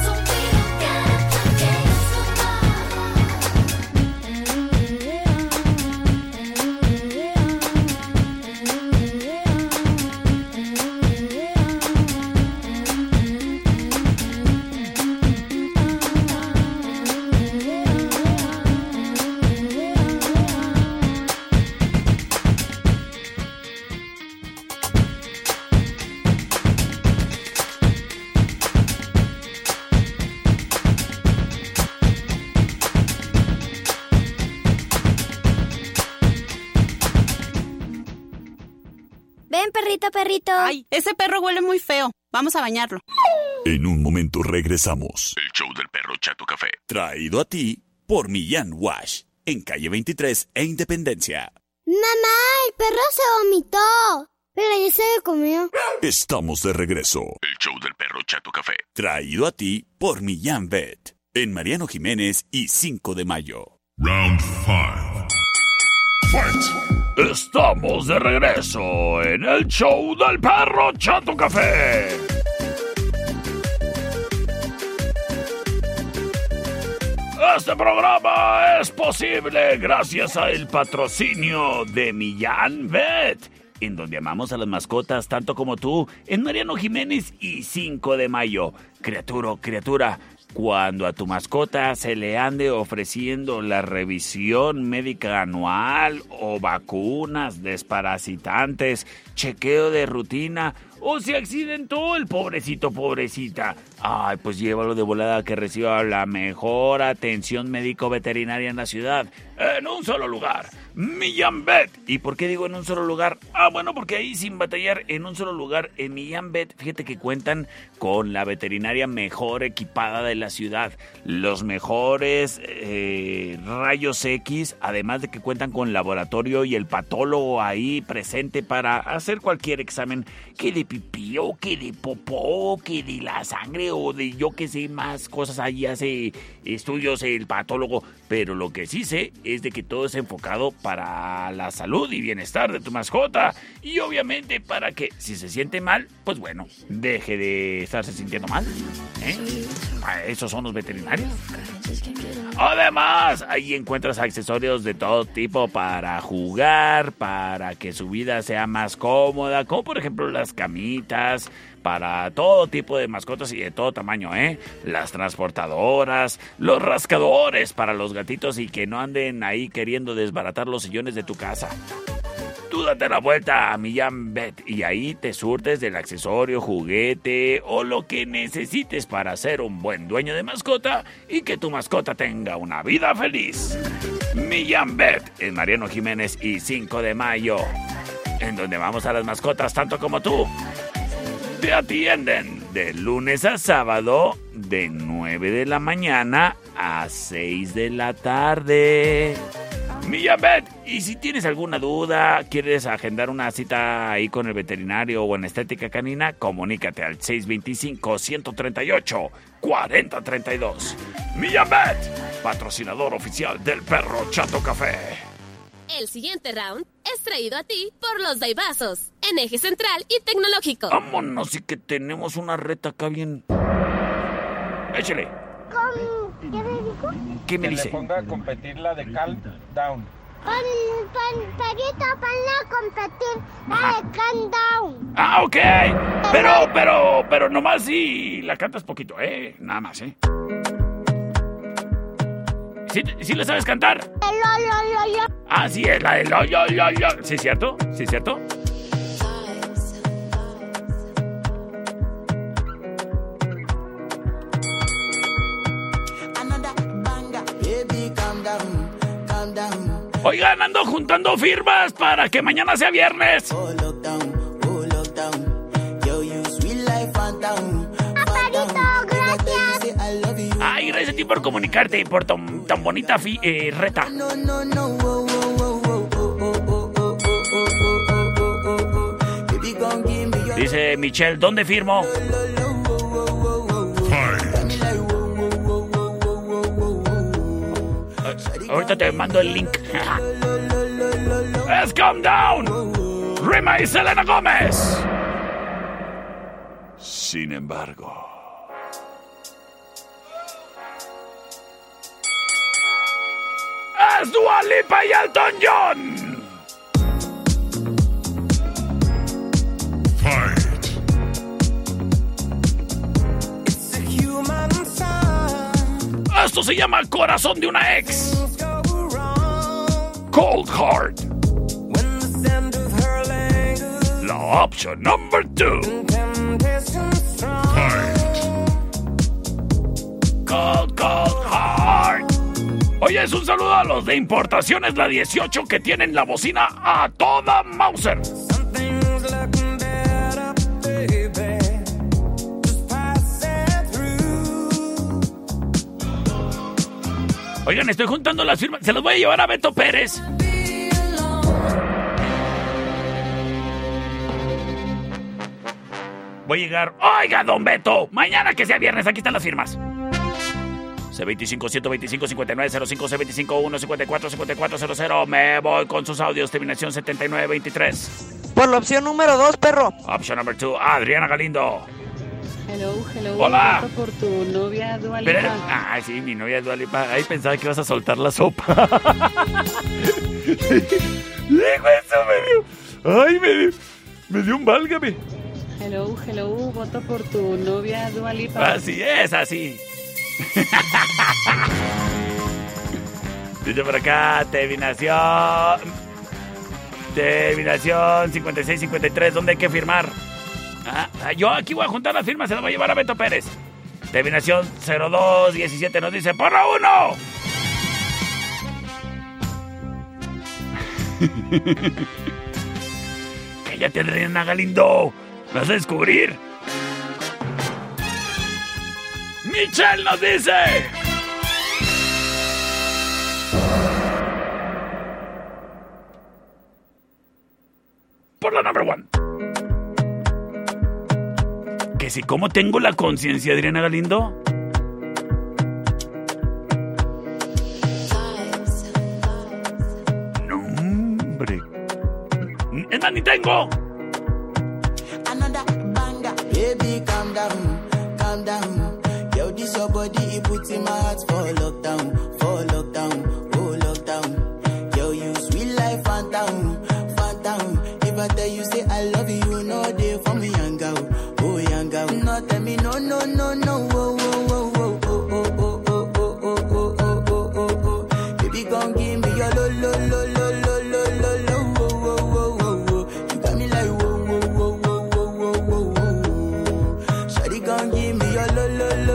[SPEAKER 3] Ven, perrito, perrito.
[SPEAKER 10] Ay, ese perro huele muy feo. Vamos a bañarlo.
[SPEAKER 7] En un momento regresamos. El show del perro Chato Café. Traído a ti por Millán Wash. En calle 23 e Independencia.
[SPEAKER 3] Mamá, el perro se vomitó. Pero ya se lo comió.
[SPEAKER 7] Estamos de regreso. El show del perro Chato Café. Traído a ti por Millán Vet. En Mariano Jiménez y 5 de mayo.
[SPEAKER 1] Round 5. Fight.
[SPEAKER 2] Estamos de regreso en el show del perro Chato Café. Este programa es posible gracias al patrocinio de Millán Vet, en donde amamos a las mascotas tanto como tú, en Mariano Jiménez y 5 de mayo. Criatura, cuando a tu mascota se le ande ofreciendo la revisión médica anual o vacunas desparasitantes, chequeo de rutina, o se accidentó el pobrecita, ay, pues llévalo de volada que reciba la mejor atención médico-veterinaria en la ciudad, en un solo lugar, Millán Vet. ¿Y por qué digo en un solo lugar? Bueno, porque ahí sin batallar, en un solo lugar, en Millán Vet, fíjate que cuentan con la veterinaria mejor equipada de la ciudad, los mejores rayos X, además de que cuentan con laboratorio y el patólogo ahí presente para hacer cualquier examen, que de pipí o que de popó, que de la sangre o de yo que sé más cosas. Ahí hace estudios el patólogo, pero lo que sí sé es de que todo es enfocado para la salud y bienestar de tu mascota, y obviamente para que si se siente mal, pues bueno, deje de estarse sintiendo mal, esos son los veterinarios. Además, ahí encuentras accesorios de todo tipo para jugar, para que su vida sea más cómoda, como por ejemplo las camitas, para todo tipo de mascotas y de todo tamaño, las transportadoras, los rascadores para los gatitos y que no anden ahí queriendo desbaratar los sillones de tu casa. Tú date la vuelta a Millán Vet y ahí te surtes del accesorio, juguete o lo que necesites para ser un buen dueño de mascota y que tu mascota tenga una vida feliz. Millán Vet en Mariano Jiménez y 5 de mayo, en donde vamos a las mascotas tanto como tú. Te atienden de lunes a sábado de 9 de la mañana a 6 de la tarde. Millán Vet. Y si tienes alguna duda, quieres agendar una cita ahí con el veterinario o en estética canina, comunícate al 625-138-4032. Millán Vet, patrocinador oficial del perro Chato Café.
[SPEAKER 8] El siguiente round es traído a ti por los Daibazos, en Eje Central y Tecnológico.
[SPEAKER 2] Vámonos, y que tenemos una reta acá bien. Échale.
[SPEAKER 3] ¿Qué me dijo?
[SPEAKER 2] ¿Qué me dice?
[SPEAKER 18] Que le ponga a competir la de Calm Down.
[SPEAKER 3] Perrito, ponle a competir la de Calm Down.
[SPEAKER 2] Ok. Pero nomás si la cantas poquito, nada más, ¿Sí le sabes cantar? Sí, es la de lo. ¿Sí es cierto? ¿Sí es cierto? Oigan, ando juntando firmas para que mañana sea viernes. Ay, gracias a ti por comunicarte y por tan bonita reta. Dice Michelle, ¿dónde firmo? Ahorita te mando el link. ¡Es Calm Down! Rima y Selena Gómez. Sin embargo, es Dua Lipa y Elton John. Esto se llama Corazón de una ex. Cold Heart. La opción number 2. Cold Heart. Oye, es un saludo a los de Importaciones La 18 que tienen la bocina a toda Mauser. Oigan, estoy juntando las firmas. Se las voy a llevar a Beto Pérez. Voy a llegar. Oiga, don Beto. Mañana que sea viernes, aquí están las firmas. C25-125-5905, C25-154-5400. Me voy con sus audios. Terminación 7923.
[SPEAKER 19] Por la opción número 2, perro.
[SPEAKER 2] Option number 2, Adriana Galindo.
[SPEAKER 6] Hello.
[SPEAKER 2] Hola.
[SPEAKER 6] Voto por tu novia Dua Lipa.
[SPEAKER 2] Ay, sí, mi novia Dua Lipa. Ay, pensaba que ibas a soltar la sopa. Digo, eso me dio un válgame.
[SPEAKER 6] Hello. Voto por tu novia Dua Lipa.
[SPEAKER 2] Así es, así. Dice por acá, terminación 56-53, ¿dónde hay que firmar? Yo aquí voy a juntar las firmas, se las voy a llevar a Beto Pérez. Terminación 0217 nos dice, ¡por la 1! Cállate, Adriana Galindo, me vas a descubrir. Michelle nos dice, por la number 1. Que si como tengo la conciencia, Adriana Galindo. No, hombre. Es más, ni tengo.
[SPEAKER 20] Another banger, baby, calm down. Yo, this your body, it puts in my heart for lockdown, oh lockdown. Yo, you sweet life, phantom. If I tell you say I love you, no day for me, young girl. No, tell me no. Baby, gon' give me your lo. You got me like whoa. Shawty gon' give me your lo.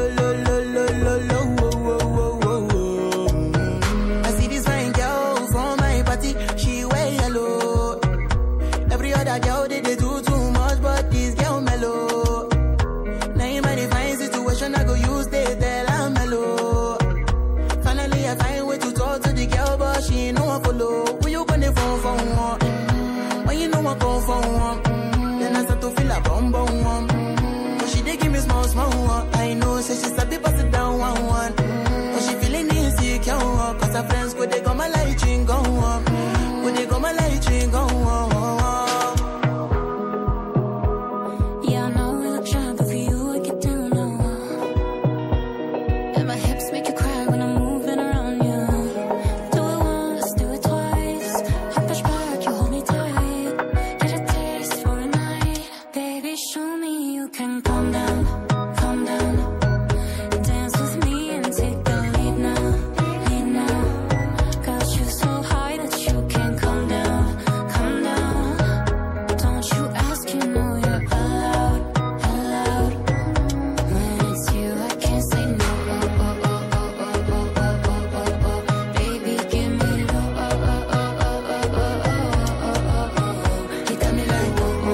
[SPEAKER 20] I see this fine girl from my party, she wear yellow. Every other girl they do too much, but this girl mellow. Now in my divine situation, I go use they tell I'm mellow. Finally, I find way to talk to the girl, but she ain't no one follow. When you gonna phone for one? When you know I call for one? Then I start to feel a bum. But she dey give me small one. I know, say she's a bit pass it down one. But she feeling insecure, cause her friends go they go my light ring go on.
[SPEAKER 11] Yeah, I know we look shy, but for you I get down low. And my hips make you cry when I'm moving around you. Do it once, do it twice. I push back, you hold me tight. Get a taste for a night. Baby, show me you can calm down. Dance with me and take the lead now. Got you so high that you can't come down. Don't you ask, you know you're allowed. When it's you, I can't say no. Baby, give me low. You got me like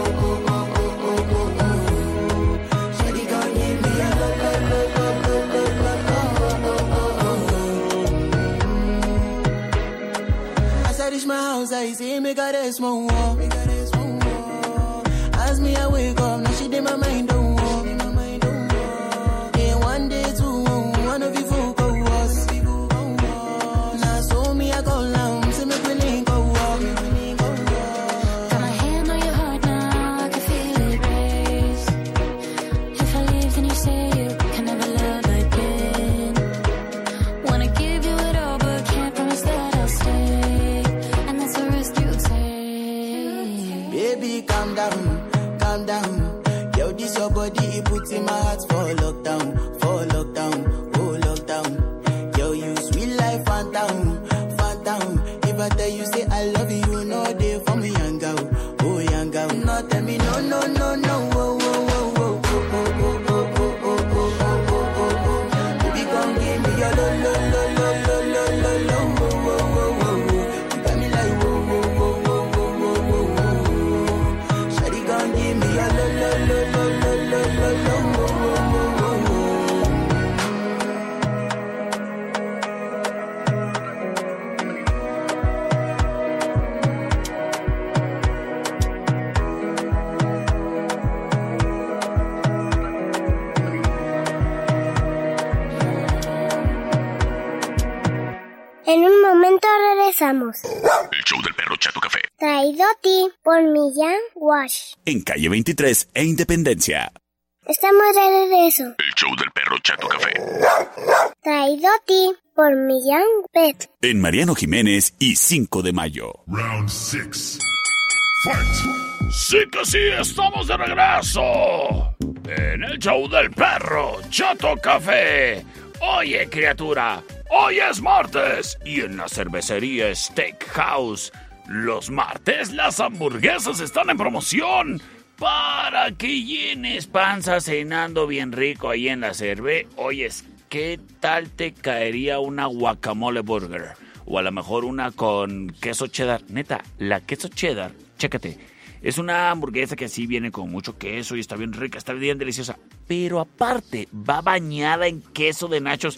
[SPEAKER 11] Shawty gon' give me a lo.
[SPEAKER 20] As I reach my house, I see me got a small wall. As me I wake up, now she did my mind don't walk. Day one, day two, one of you fool go us. Now so me I go down, see me willing go walk.
[SPEAKER 11] Got my hand on your heart now, I can feel it race. If I leave, then you say you can never love again. Wanna give you it all, but can't promise that I'll stay. And that's a risk you take.
[SPEAKER 20] Baby, calm down. Yo, this your body, it puts in my heart for lockdown, oh lockdown. Yo, you sweet life, phantom. If I tell you say I love you, no day for me, young girl. No, tell me no. Baby, gon' give me your lo. You got me like whoa. Shawty gon' give me your lo.
[SPEAKER 3] regresamos.
[SPEAKER 7] El show del perro Chato Café.
[SPEAKER 3] Traído a ti por Millán Wash.
[SPEAKER 7] En calle 23 e Independencia.
[SPEAKER 3] Estamos de regreso.
[SPEAKER 7] El show del perro Chato Café.
[SPEAKER 3] Traído a ti por Millán Pet.
[SPEAKER 7] En Mariano Jiménez y 5 de mayo.
[SPEAKER 1] Round 6. Fight.
[SPEAKER 2] Sí que sí, estamos de regreso. En el show del perro Chato Café. Oye, criatura, hoy es martes y en la cervecería Steakhouse los martes las hamburguesas están en promoción para que llenes panza cenando bien rico ahí en la cerve. Oyes, ¿qué tal te caería una guacamole burger? O a lo mejor una con queso cheddar. Neta, la queso cheddar, chécate, es una hamburguesa que sí viene con mucho queso y está bien rica, está bien deliciosa. Pero aparte, va bañada en queso de nachos.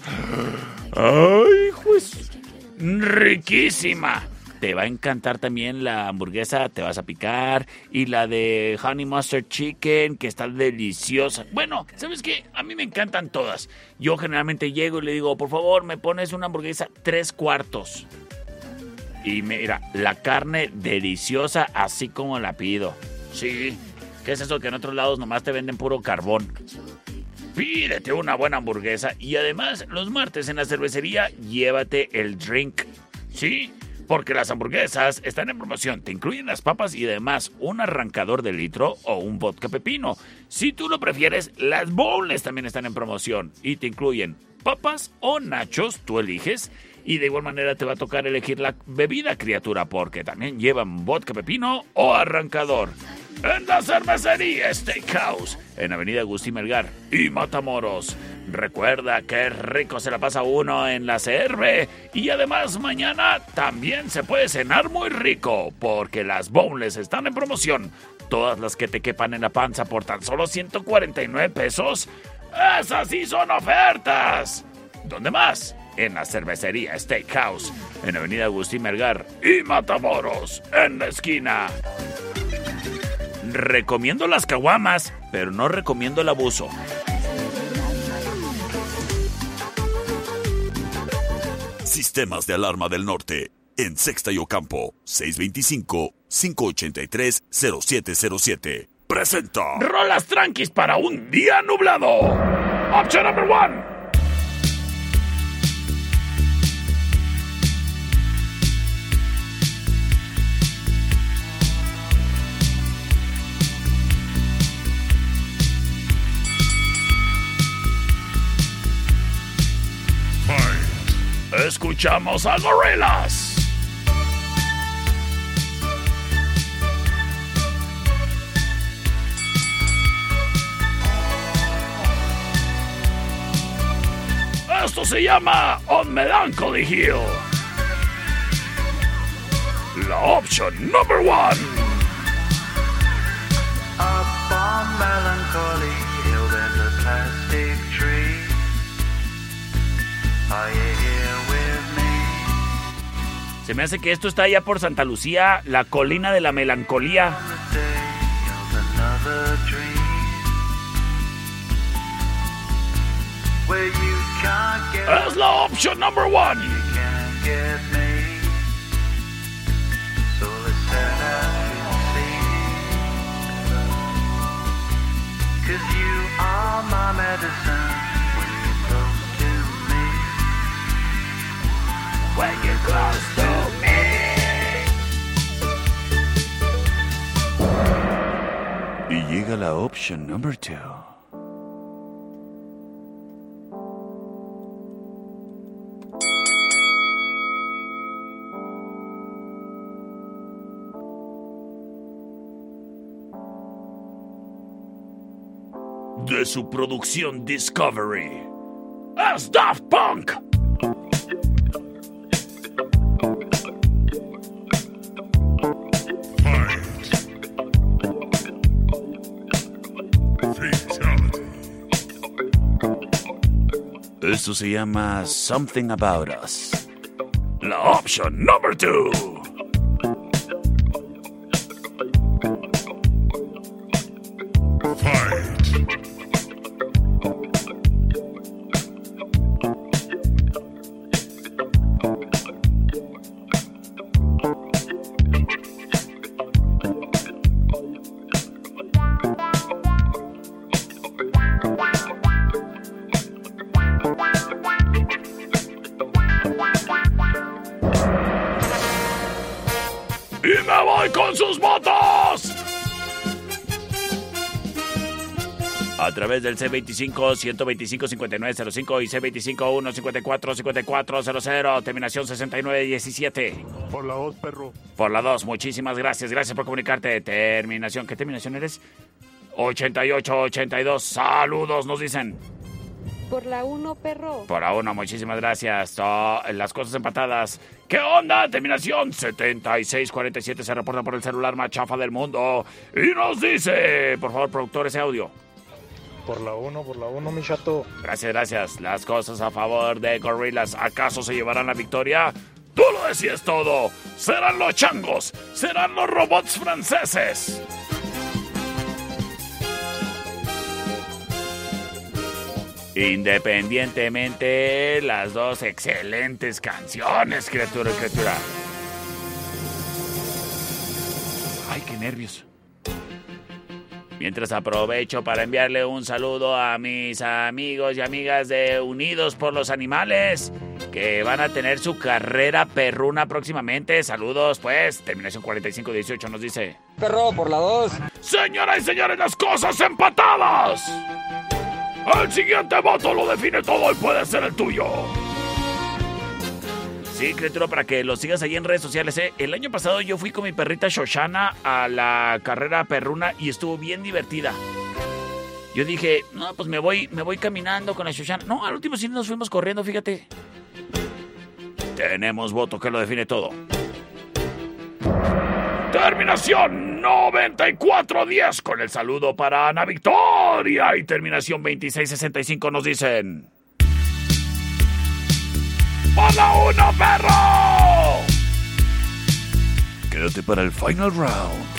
[SPEAKER 2] ¡Ay, pues! ¡Riquísima! Te va a encantar también la hamburguesa, te vas a picar. Y la de Honey Mustard Chicken, que está deliciosa. Bueno, ¿sabes qué? A mí me encantan todas. Yo generalmente llego y le digo, por favor, me pones una hamburguesa 3/4. Y mira, la carne deliciosa así como la pido. Sí, ¿qué es eso que en otros lados nomás te venden puro carbón? Pídete una buena hamburguesa y además los martes en la cervecería llévate el drink. Sí, porque las hamburguesas están en promoción. Te incluyen las papas y además un arrancador de litro o un vodka pepino. Si tú lo prefieres, las boneless también están en promoción y te incluyen papas o nachos, tú eliges. Y de igual manera te va a tocar elegir la bebida, criatura, porque también llevan vodka pepino o arrancador. En la cervecería Steakhouse, en Avenida Agustín Melgar y Matamoros. Recuerda que rico se la pasa uno en la cerve. Y además mañana también se puede cenar muy rico, porque las boneless están en promoción. Todas las que te quepan en la panza por tan solo 149 pesos. ¡Esas sí son ofertas! ¿Dónde más? En la cervecería Steakhouse, en Avenida Agustín Melgar y Matamoros, en la esquina. Recomiendo las caguamas, pero no recomiendo el abuso.
[SPEAKER 7] Sistemas de Alarma del Norte, en Sexta y Ocampo, 625-583-0707. Presenta
[SPEAKER 2] Rolas tranquis para un día nublado. Option number 1. Escuchamos a Gorillaz. Esto se llama On Melancholy Hill. La opción number 1.
[SPEAKER 19] Up on Melancholy Hill there's a plastic tree. Are you here with me?
[SPEAKER 2] Se me hace que esto está allá por Santa Lucía, la colina de la melancolía. Es la opción number 1.
[SPEAKER 19] Cause you are my medicine when you're close to me.
[SPEAKER 2] Y llega la opción number 2. De su producción Discovery, es Daft Punk. Esto se llama Something About Us. La opción number 2. y me voy con sus votos. A través del C25-125-5905 y C25-154-5400, terminación 6917.
[SPEAKER 14] Por la 2, perro.
[SPEAKER 2] Por la 2, muchísimas gracias. Gracias por comunicarte. Terminación, ¿qué terminación eres? 8882. Saludos, nos dicen.
[SPEAKER 6] Por la 1, perro.
[SPEAKER 2] Por la 1, muchísimas gracias. Las cosas empatadas. ¿Qué onda? Terminación 7647 se reporta por el celular más chafa del mundo. Y nos dice, por favor, productor, ese audio.
[SPEAKER 18] Por la 1, mi chato.
[SPEAKER 2] Gracias, gracias. Las cosas a favor de Gorillaz. ¿Acaso se llevarán la victoria? Tú lo decías todo. Serán los changos. Serán los robots franceses. Independientemente, las dos excelentes canciones, criatura. Ay, qué nervios. Mientras aprovecho para enviarle un saludo a mis amigos y amigas de Unidos por los Animales, que van a tener su carrera perruna próximamente. Saludos, pues. Terminación 4518 nos dice.
[SPEAKER 18] Perro, por la 2.
[SPEAKER 2] Señoras y señores, las cosas empatadas. El siguiente voto lo define todo y puede ser el tuyo. Sí, criatura, para que lo sigas ahí en redes sociales, ¿eh? El año pasado yo fui con mi perrita Shoshana a la carrera perruna y estuvo bien divertida. Yo dije, no, pues me voy caminando con la Shoshana. No, al último sí nos fuimos corriendo, fíjate. Tenemos voto que lo define todo. Terminación 9410 con el saludo para Ana Victoria. Y terminación 2665 nos dicen... ¡Por la 1, perro! Quédate para el final round.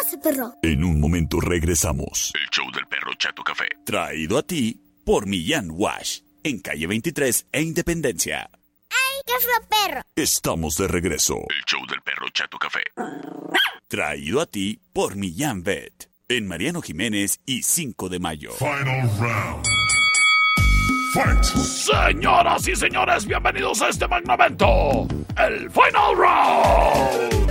[SPEAKER 3] hace, perro?
[SPEAKER 7] En un momento regresamos. El show del perro Chato Café. Traído a ti por Millán Wash. En calle 23 e Independencia.
[SPEAKER 3] ¡Ay, qué feo perro!
[SPEAKER 7] Estamos de regreso. El show del perro Chato Café. Traído a ti por Millán Vet. En Mariano Jiménez y 5 de mayo.
[SPEAKER 12] Final round. Fight.
[SPEAKER 2] Señoras y señores, bienvenidos a este magno evento, el Final Round.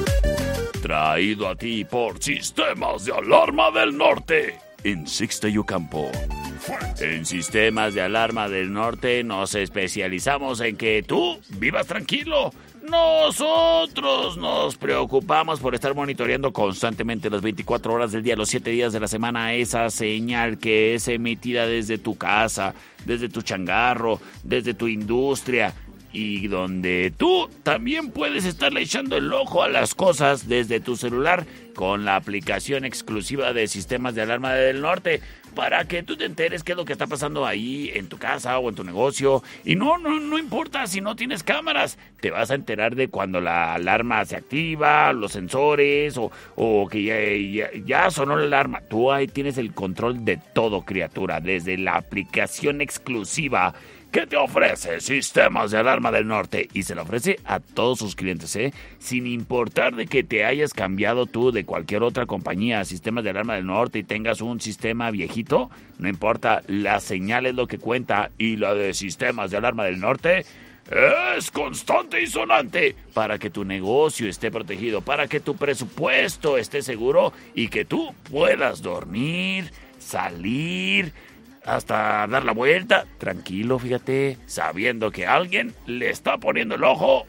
[SPEAKER 2] Traído a ti por Sistemas de Alarma del Norte, en Sixta y Ocampo. En Sistemas de Alarma del Norte nos especializamos en que tú vivas tranquilo. Nosotros nos preocupamos por estar monitoreando constantemente las 24 horas del día, los 7 días de la semana, esa señal que es emitida desde tu casa, desde tu changarro, desde tu industria, y donde tú también puedes estarle echando el ojo a las cosas desde tu celular con la aplicación exclusiva de Sistemas de Alarma del Norte, para que tú te enteres qué es lo que está pasando ahí en tu casa o en tu negocio. Y no importa si no tienes cámaras, te vas a enterar de cuando la alarma se activa, los sensores o que ya sonó la alarma. Tú ahí tienes el control de todo, criatura, desde la aplicación exclusiva que te ofrece Sistemas de Alarma del Norte, y se la ofrece a todos sus clientes, sin importar de que te hayas cambiado tú de cualquier otra compañía a Sistemas de Alarma del Norte y tengas un sistema viejito, no importa, la señal es lo que cuenta, y la de Sistemas de Alarma del Norte es constante y sonante para que tu negocio esté protegido, para que tu presupuesto esté seguro y que tú puedas dormir, salir, hasta dar la vuelta, tranquilo, fíjate, sabiendo que alguien le está poniendo el ojo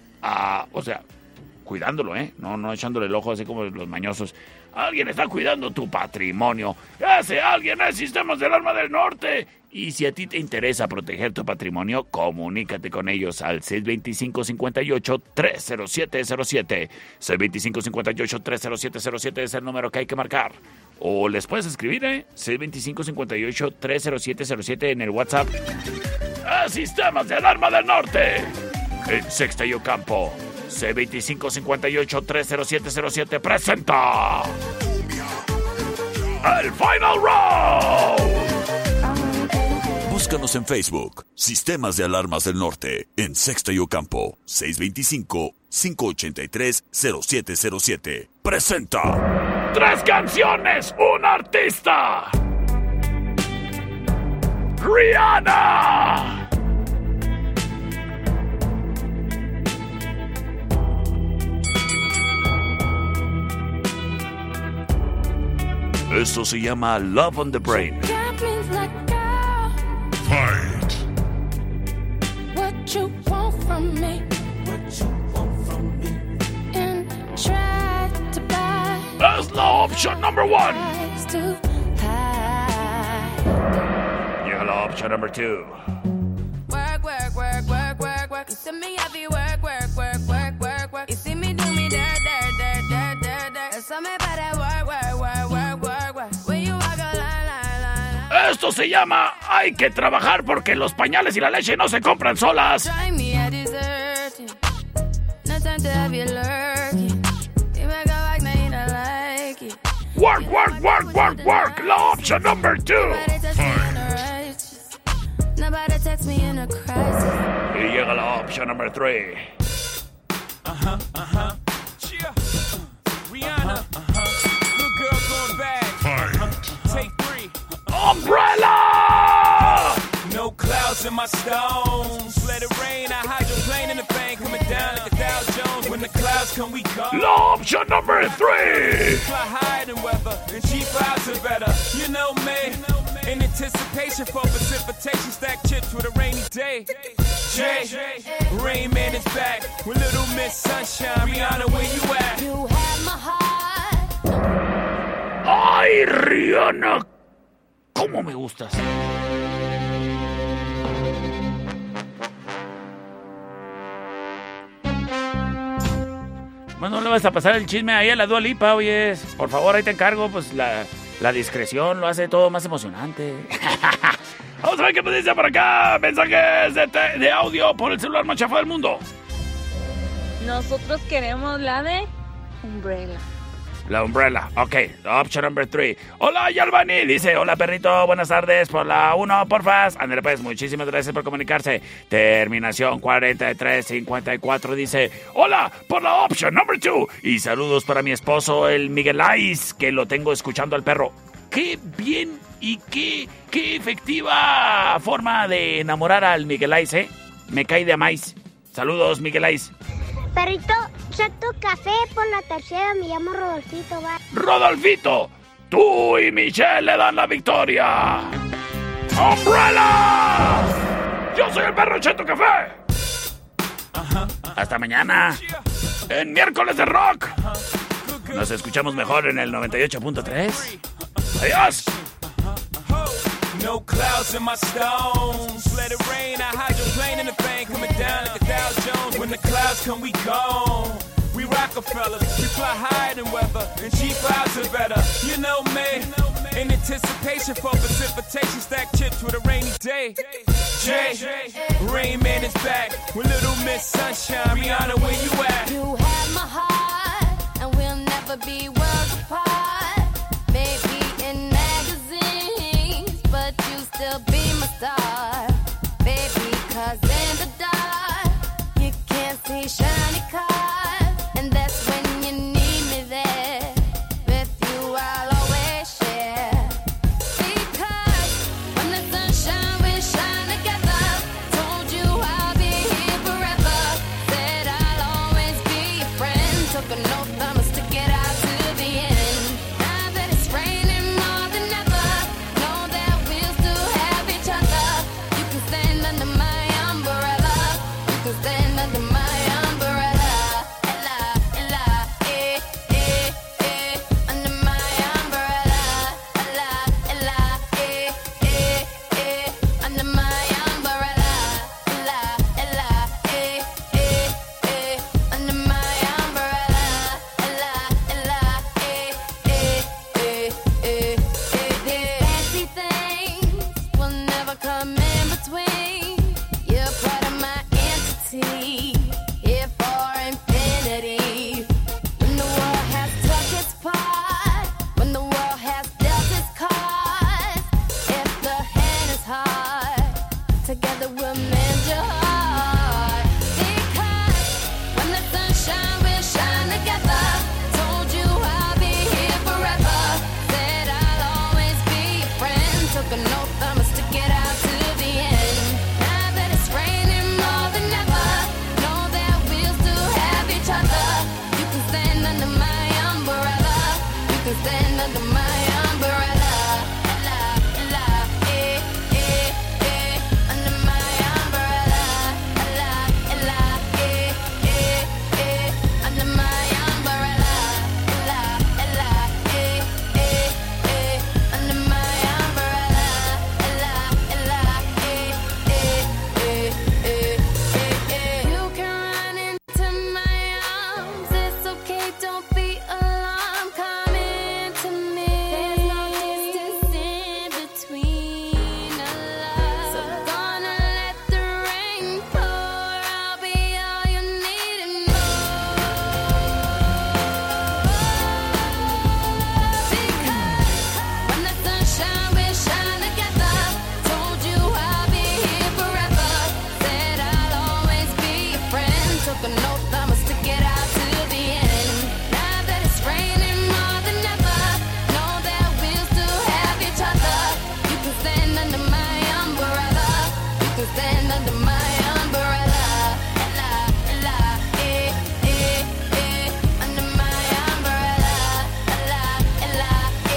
[SPEAKER 2] cuidándolo, no echándole el ojo así como los mañosos. Alguien está cuidando tu patrimonio. Ese alguien es Sistemas de Alarma del Norte. Y si a ti te interesa proteger tu patrimonio, comunícate con ellos al 625-58-30707. 625-58-30707 es el número que hay que marcar. O les puedes escribir, 625-58-30707 en el WhatsApp. Sistemas de Alarma del Norte, en Sexta y Ocampo. C25-58-30707 presenta el Final Round.
[SPEAKER 7] Búscanos en Facebook, Sistemas de Alarmas del Norte, en Sexta y Ocampo, 625-583-0707. Presenta
[SPEAKER 2] 3 canciones, un artista. Rihanna. Esto se llama Love on the Brain.
[SPEAKER 12] Fight.
[SPEAKER 11] What you want from me? And try to buy.
[SPEAKER 2] Es la opción number 1. Llega la opción number 2.
[SPEAKER 11] Work, work, work, work, work, work. You see me heavy work, work, work, work, work, work. You see me do me dirt, dirt, dirt, dirt, dirt, dirt. There's something about that work, work, work, work, work, work. When you walk a line, line, line, line.
[SPEAKER 2] Esto se llama Hay que trabajar porque los pañales y la leche no se compran solas.
[SPEAKER 11] Try me, I desert you. No time to have you lurking. You make a like, now you don't like it.
[SPEAKER 2] Work, work, work, work, work. La opción number 2.
[SPEAKER 11] Nobody text me in a crisis.
[SPEAKER 2] Y llega la opción number 3.
[SPEAKER 4] Rihanna. Good girl going bad. Take 3.
[SPEAKER 2] Umbrella.
[SPEAKER 4] No clouds in my stones. Let it rain. I hydroplane in the bank. Coming down like a Dow Jones. When the clouds come, we go.
[SPEAKER 2] La opción number 3.
[SPEAKER 4] Fly higher than weather. And cheap vibes are better. You know me. In anticipation for precipitation, stack chips with a rainy day. Jay, Rain Man is back with Little Miss Sunshine. Rihanna, where you at?
[SPEAKER 11] You have my heart.
[SPEAKER 2] Ay, Rihanna, cómo me gustas. Bueno, no le vas a pasar el chisme ahí a la Dua Lipa, oyes. Por favor, ahí te encargo, pues la discreción lo hace todo más emocionante. Vamos a ver qué me dice por acá. Mensajes de audio por el celular más chafa del mundo.
[SPEAKER 6] Nosotros queremos la de Umbrella.
[SPEAKER 2] La umbrella. Ok, option number 3. Hola, Yalvani. Dice, hola, perrito. Buenas tardes. Por la 1, porfas. André, pues, muchísimas gracias por comunicarse. Terminación 4354 dice, hola, por la option number 2. Y saludos para mi esposo, el Miguelais, que lo tengo escuchando al perro. Qué bien y qué efectiva forma de enamorar al Miguelais, ¿eh? Me cae de maíz. Saludos, Miguelais.
[SPEAKER 3] Perrito Chato Café por la tercera, me llamo Rodolfito, va.
[SPEAKER 2] ¡Rodolfito! ¡Tú y Michelle le dan la victoria! ¡Umbrella! ¡Yo soy el perro Chato Café! Hasta mañana, en Miércoles de Rock. Nos escuchamos mejor en el 98.3. ¡Adiós!
[SPEAKER 4] No clouds in my stones. Let it rain, I hydroplane in the bank, coming down like a Dow Jones. When the clouds come, we gone. We Rockefellers, we fly higher than weather, and G5s are better. You know me, in anticipation for precipitation, stack chips with a rainy day. Jay, Rain Man is back with Little Miss Sunshine. Rihanna, where you at?
[SPEAKER 11] You have my heart, and we'll never be worlds apart. Maybe in magazines, but you still be my star, baby, 'cause in the dark, you can't see shiny cars, and that's when you need me there. With you I'll always share, because when the sunshine we shine together. Told you I'll be here forever, said I'll always be your friend. Took an oath, I'ma stick it out to the end. Now that it's raining more than ever, know that we'll still have each other. You can stand under my umbrella, you can stand under my umbrella. Ella, ella, under my umbrella. Ella, ella, under my umbrella. Ella, ella, under my umbrella. Ella, fancy things will never come in between. You're part of my entity, here for infinity. When the world has took its part, when the world has dealt its cards, if the hand is hard, together we'll mend your heart. Because when the sunshine will shine together. Told you I'll be here forever, said I'll always be your friend. Took an oath, I'ma stick it out to the end. Now that it's raining more than ever, know that we'll still have each other. You can stand under my umbrella, you can stand under my umbrella. Ella, ella, under my umbrella. Ella, ella, under my umbrella. Ella, ella, under my umbrella. Ella, you can run into my arms, it's okay, don't be alarmed. Come into me, there's no distance in between us. So gonna let the rain pour, I'll be all you need and more. Because when the sunshine will shine together. Told you I'll be here forever, said I'll always be your friend. Took an oath, I'ma stick it out to the end. Now that it's raining more than ever, know that we'll still have each other. You can stand under my umbrella, you can stand under my umbrella. Ella, ella, under my umbrella. Ella, ella,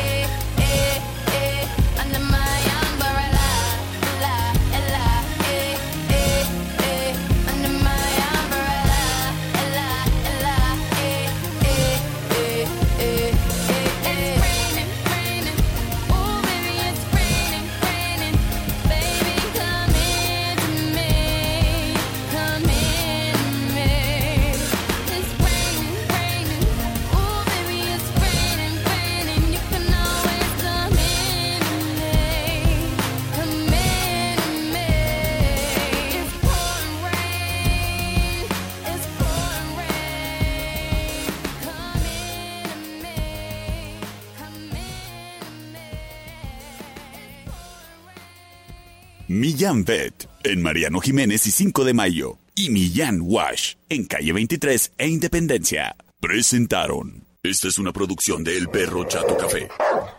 [SPEAKER 11] under my umbrella. Ella, ella, under my umbrella.
[SPEAKER 7] Millán Vet, en Mariano Jiménez y 5 de Mayo. Y Millán Wash, en calle 23 e Independencia. Presentaron. Esta es una producción de El Perro Chato Café.